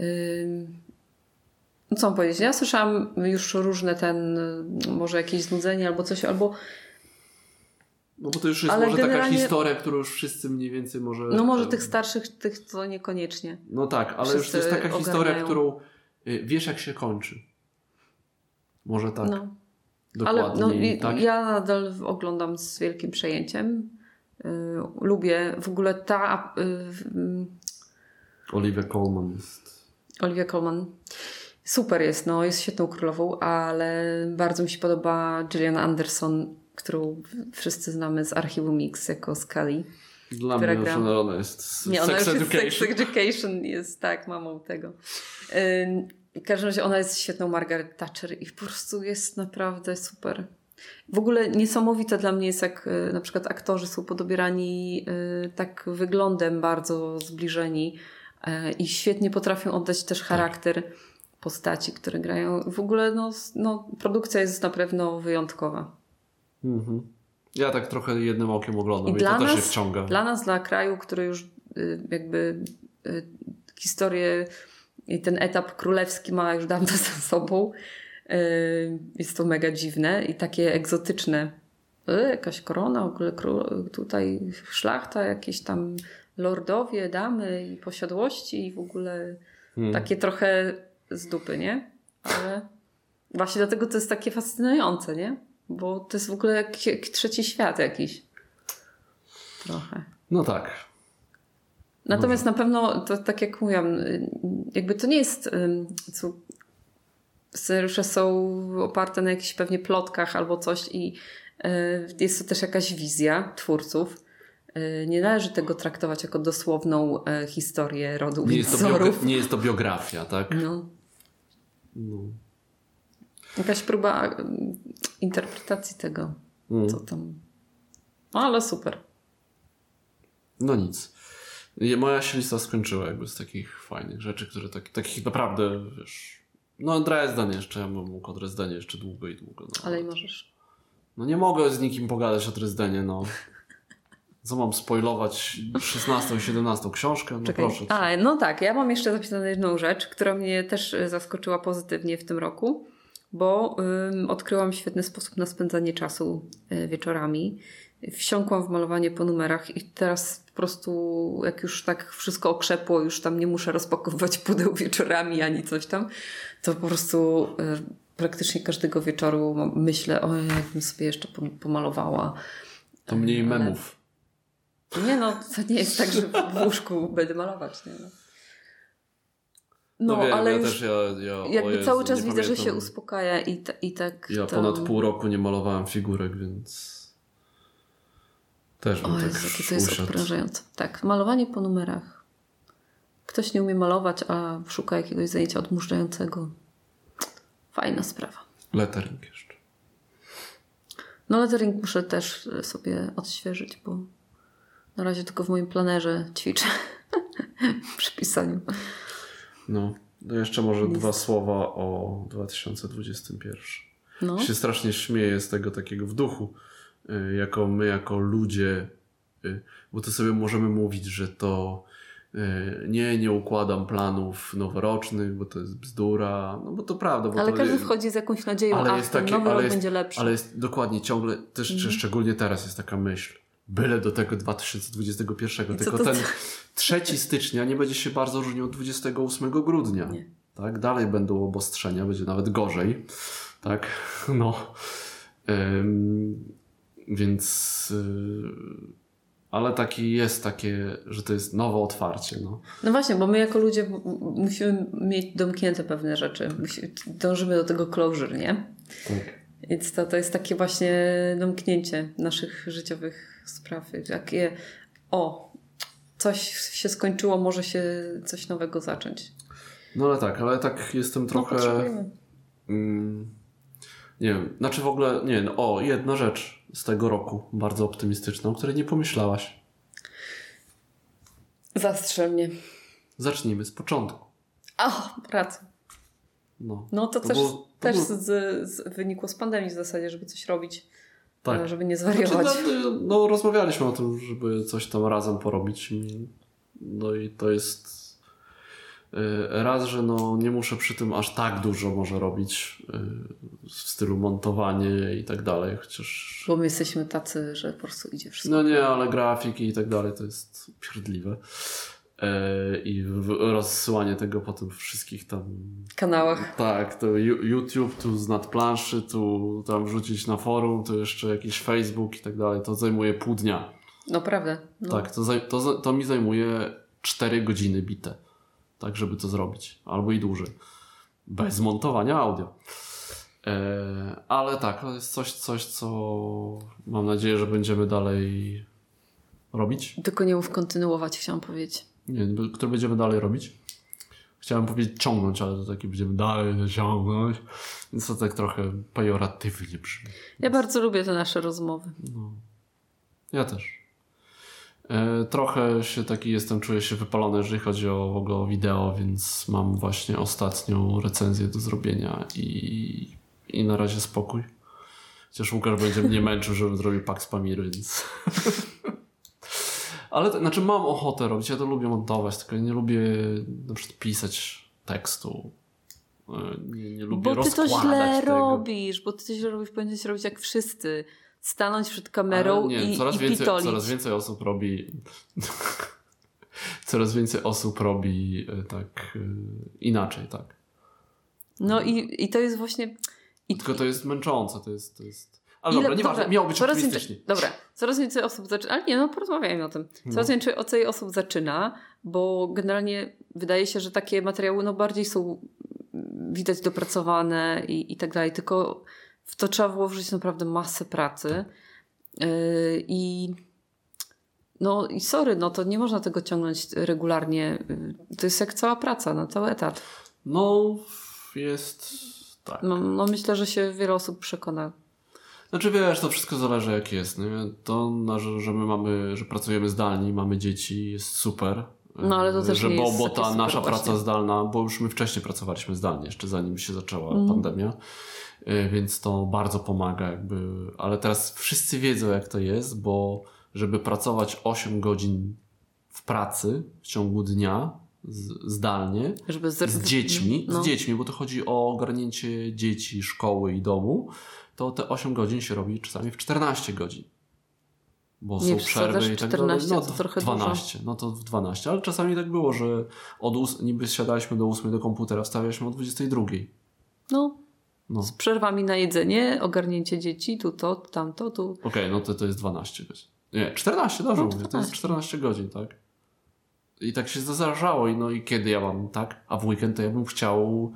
Co mam powiedzieć? Ja słyszałam już różne może jakieś znudzenie albo coś, albo... No bo to już jest może taka historia, którą już wszyscy mniej więcej może... No może tych starszych, to niekoniecznie. No tak, ale już to jest taka historia, którą wiesz jak się kończy. Może tak. Dokładnie. Tak? Ja nadal oglądam z wielkim przejęciem. Lubię w ogóle Olivia Colman jest... Olivia Colman. Super jest, jest świetną królową, ale bardzo mi się podoba Gillian Anderson, którą wszyscy znamy z Archiwum Mix jako Scully. Dla mnie ona jest Sex Education jest mamą tego. W każdym razie ona jest świetną Margaret Thatcher i po prostu jest naprawdę super. W ogóle niesamowite dla mnie jest, jak na przykład aktorzy są podobierani tak wyglądem bardzo zbliżeni, i świetnie potrafią oddać też charakter postaci, które grają. W ogóle produkcja jest na pewno wyjątkowa. Mhm. Ja tak trochę jednym okiem oglądam i to też się wciąga. Dla nas, dla kraju, który już jakby historię i ten etap królewski ma już dawno za sobą, jest to mega dziwne i takie egzotyczne. Jakaś korona, w ogóle tutaj szlachta, jakieś tam lordowie, damy i posiadłości i w ogóle takie trochę z dupy, nie? Ale właśnie dlatego to jest takie fascynujące, nie? Bo to jest w ogóle jak trzeci świat jakiś. Trochę. No tak. Natomiast na pewno, to tak jak mówiłam, jakby to nie jest... Scenariusze są oparte na jakichś pewnie plotkach albo coś i jest to też jakaś wizja twórców. Nie należy tego traktować jako dosłowną historię rodu Windsorów. Nie jest to biografia, tak? No. Jakaś próba interpretacji tego, co tam... Ale super. No nic. Moja się lista skończyła jakby z takich fajnych rzeczy, które takich naprawdę, wiesz... No Dresden jeszcze, ja bym mógł o Dresdenie jeszcze długo i długo. No. Ale i możesz. No nie mogę z nikim pogadać o Dresdenie, no. Co mam spoilować 16 i 17 książkę? No czekaj. Proszę. No tak, ja mam jeszcze zapisaną jedną rzecz, która mnie też zaskoczyła pozytywnie w tym roku, bo odkryłam świetny sposób na spędzanie czasu wieczorami. Wsiąkłam w malowanie po numerach i teraz po prostu jak już tak wszystko okrzepło, już tam nie muszę rozpakowywać pudeł wieczorami ani coś tam, to po prostu praktycznie każdego wieczoru myślę, jakbym sobie jeszcze pomalowała. To mniej memów. Nie to nie jest tak, że w łóżku będę malować. Nie? No wiem, ale ja już też jakby cały czas widzę, że się uspokaja i tak... Ja ponad pół roku nie malowałem figurek, więc... Też bym tak jakie to jest odprężające. Tak, malowanie po numerach. Ktoś nie umie malować, a szuka jakiegoś zajęcia odmurzającego. Fajna sprawa. Lettering jeszcze. Lettering muszę też sobie odświeżyć, bo na razie tylko w moim planerze ćwiczę przy pisaniu. No jeszcze może dwa słowa o 2021. Się strasznie śmieję z tego takiego w duchu. My jako ludzie, bo to sobie możemy mówić, że to nie układam planów noworocznych, bo to jest bzdura, no bo to prawda. Bo ale to każdy wchodzi z jakąś nadzieją, ten nowy rok będzie lepszy. Ale jest dokładnie ciągle, też szczególnie teraz jest taka myśl, byle do tego 2021, tylko ten 3 stycznia nie będzie się bardzo różnił od 28 grudnia. Nie. Tak? Dalej będą obostrzenia, będzie nawet gorzej. Tak? Więc ale jest takie, że to jest nowe otwarcie. No właśnie, bo my jako ludzie musimy mieć domknięte pewne rzeczy. Dążymy do tego closure, nie? Tak. Więc to jest takie właśnie domknięcie naszych życiowych spraw. Takie coś się skończyło, może się coś nowego zacząć. No ale tak jestem trochę... nie wiem, w ogóle, jedna rzecz z tego roku, bardzo optymistyczna, o której nie pomyślałaś. Zastrzel mnie. Zacznijmy z początku. Racja. No to też wynikło z pandemii w zasadzie, żeby coś robić, żeby nie zwariować. Rozmawialiśmy o tym, żeby coś tam razem porobić. No i to jest raz, że nie muszę przy tym aż tak dużo może robić w stylu montowanie i tak dalej, chociaż... Bo my jesteśmy tacy, że po prostu idzie wszystko. No nie, ale grafiki i tak dalej to jest pierdliwe. I rozsyłanie tego po tym wszystkich tam... kanałach. Tak, to YouTube, tu z nadplanszy, tu tam wrzucić na forum, tu jeszcze jakiś Facebook i tak dalej, to zajmuje pół dnia. No prawda. Tak, to mi zajmuje 4 godziny bite. Tak, żeby to zrobić. Albo i dłużej. Bez montowania audio. Ale tak, to jest coś, co mam nadzieję, że będziemy dalej robić. Tylko nie mów kontynuować, chciałam powiedzieć. Nie, które będziemy dalej robić. Chciałem powiedzieć ciągnąć, ale to taki będziemy dalej ciągnąć. Więc to tak trochę pejoratywnie brzmi. Ja bardzo lubię te nasze rozmowy. Ja też. Trochę się taki czuję się wypalony, jeżeli chodzi w ogóle o wideo, więc mam właśnie ostatnią recenzję do zrobienia i na razie spokój. Chociaż Łukasz będzie mnie męczył, żebym zrobił Pax Pamiry, więc... Ale mam ochotę robić, ja to lubię montować, tylko ja nie lubię na przykład pisać tekstu. Nie lubię rozkładać tego. Bo ty to źle robisz, powinieneś robić jak wszyscy. Stanąć przed kamerą i pitolić. Coraz więcej osób robi coraz więcej osób robi tak inaczej, tak. No i to jest właśnie... Tylko to jest męczące, to jest... Ale dobra, nieważne, miało być optymistycznie. Coraz więcej osób zaczyna... Ale nie, porozmawiajmy o tym. Coraz więcej osób zaczyna, bo generalnie wydaje się, że takie materiały bardziej są widać dopracowane i tak dalej, tylko w to trzeba włożyć naprawdę masę pracy. I sorry, to nie można tego ciągnąć regularnie. To jest jak cała praca, cały etat. Jest tak. Myślę, że się wiele osób przekona. Wiesz, to wszystko zależy jak jest. Nie? To, że pracujemy zdalnie, mamy dzieci, jest super. Ale to też nie jest bo ta nasza praca zdalna, bo już my wcześniej pracowaliśmy zdalnie, jeszcze zanim się zaczęła pandemia. Więc to bardzo pomaga ale teraz wszyscy wiedzą jak to jest, bo żeby pracować 8 godzin w pracy w ciągu dnia zdalnie z dziećmi, bo to chodzi o ogarnięcie dzieci, szkoły i domu, to te 8 godzin się robi czasami w 14 godzin. Bo są przerwy i tak 14, dalej. To trochę 12, dużo. to w 12, ale czasami tak było, że niby siadaliśmy do 8 do komputera, wstawialiśmy o 22. Z przerwami na jedzenie, ogarnięcie dzieci, tu to, tamto, tu. Okej, to jest 12 godzin. Nie, 14, dobrze mówię, to jest 14 godzin, tak? I tak się zdarzało i kiedy ja mam tak, a w weekend to ja bym chciał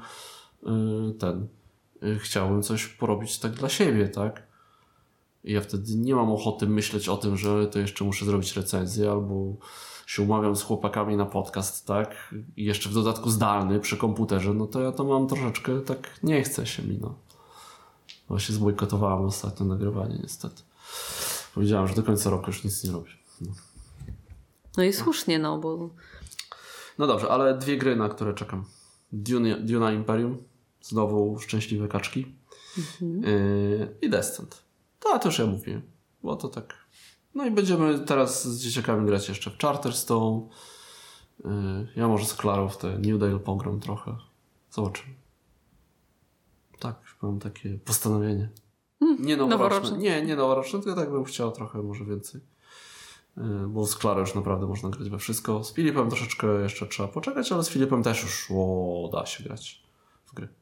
chciałbym coś porobić tak dla siebie, tak? I ja wtedy nie mam ochoty myśleć o tym, że to jeszcze muszę zrobić recenzję albo się umawiam z chłopakami na podcast, tak? I jeszcze w dodatku zdalny przy komputerze, to ja to mam troszeczkę tak, nie chce się mi, Właśnie zbojkotowałem ostatnio nagrywanie niestety. Powiedziałem, że do końca roku już nic nie robię. I słusznie, bo... No dobrze, ale 2 gry, na które czekam. Duna Imperium, znowu Szczęśliwe Kaczki i Descent. To już ja mówiłem, bo to tak... i będziemy teraz z dzieciakami grać jeszcze w Charterstone. Ja może z Klarą w te New Dale pogram trochę. Zobaczymy. Tak, już mam takie postanowienie. Nie noworoczne. Nie noworoczne, tylko tak bym chciał trochę może więcej. Bo z Klarą już naprawdę można grać we wszystko. Z Filipem troszeczkę jeszcze trzeba poczekać, ale z Filipem też już da się grać w gry.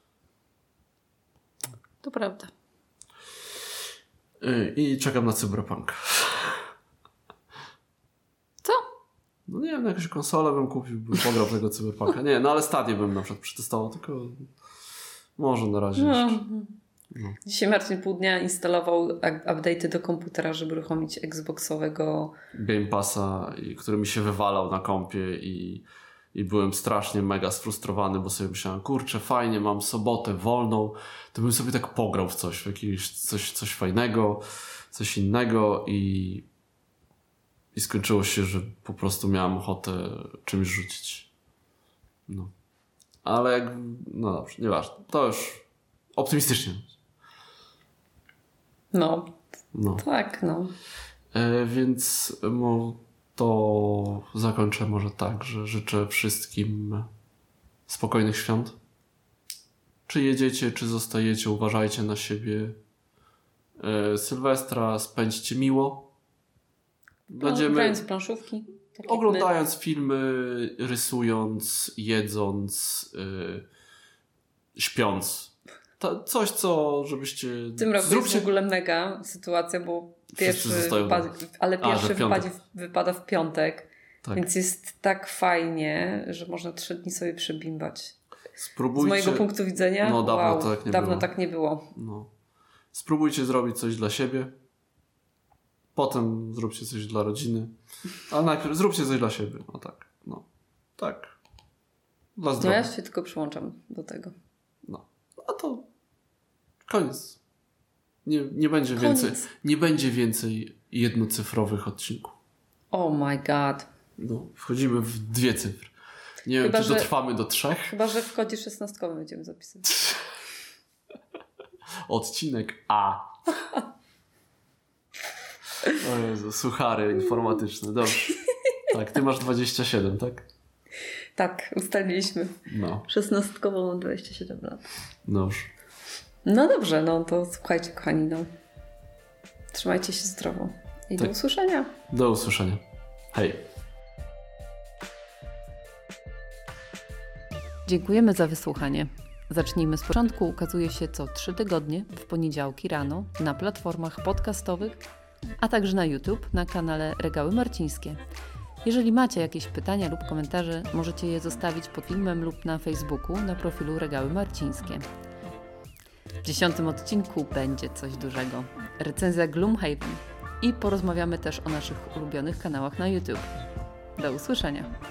To prawda. I czekam na Cyberpunk. Co? Nie wiem, jakąś konsolę bym kupił, bym pograł tego Cyberpunka. Nie, ale Stadię bym na przykład przetestował, tylko może na razie jeszcze. Dzisiaj Marcin pół dnia instalował update'y do komputera, żeby uruchomić Xboxowego Game Passa, który mi się wywalał na kompie i byłem strasznie mega sfrustrowany, bo sobie myślałem, kurczę, fajnie, mam sobotę wolną, to bym sobie tak pograł w coś fajnego, coś innego i skończyło się, że po prostu miałem ochotę czymś rzucić. Ale dobrze, nieważne. To już optymistycznie. Tak. Więc to zakończę może tak, że życzę wszystkim spokojnych świąt. Czy jedziecie, czy zostajecie, uważajcie na siebie. Sylwestra spędźcie miło. Grając w planszówki. Oglądając filmy, rysując, jedząc, śpiąc. Coś, żebyście... W tym roku jest w ogóle mega sytuacja, bo pierwszy wypada w piątek, więc jest tak fajnie, że można 3 dni sobie przebimbać. Spróbujcie... Z mojego punktu widzenia dawno tak nie było. Spróbujcie zrobić coś dla siebie, potem zróbcie coś dla rodziny, ale najpierw zróbcie coś dla siebie. Tak. Dla zdrowia. Ja się tylko przyłączam do tego. A to koniec. Nie będzie więcej jednocyfrowych odcinków. Oh my god. No, wchodzimy w 2 cyfry. Nie wiem, czy dotrwamy do 3. Chyba, że w kodzie 16 będziemy zapisywać. Odcinek A. O Jezu, suchary informatyczne. Dobrze. Tak, ty masz 27, tak? Tak, ustaliliśmy. No. 16 mam 27 lat. Noż. No dobrze, no to słuchajcie, kochani, no. Trzymajcie się zdrowo. I do usłyszenia. Do usłyszenia. Hej. Dziękujemy za wysłuchanie. Zacznijmy z początku ukazuje się co 3 tygodnie w poniedziałki rano na platformach podcastowych, a także na YouTube na kanale Regały Marcińskie. Jeżeli macie jakieś pytania lub komentarze, możecie je zostawić pod filmem lub na Facebooku na profilu Regały Marcińskie. W 10. odcinku będzie coś dużego. Recenzja Gloomhaven i porozmawiamy też o naszych ulubionych kanałach na YouTube. Do usłyszenia.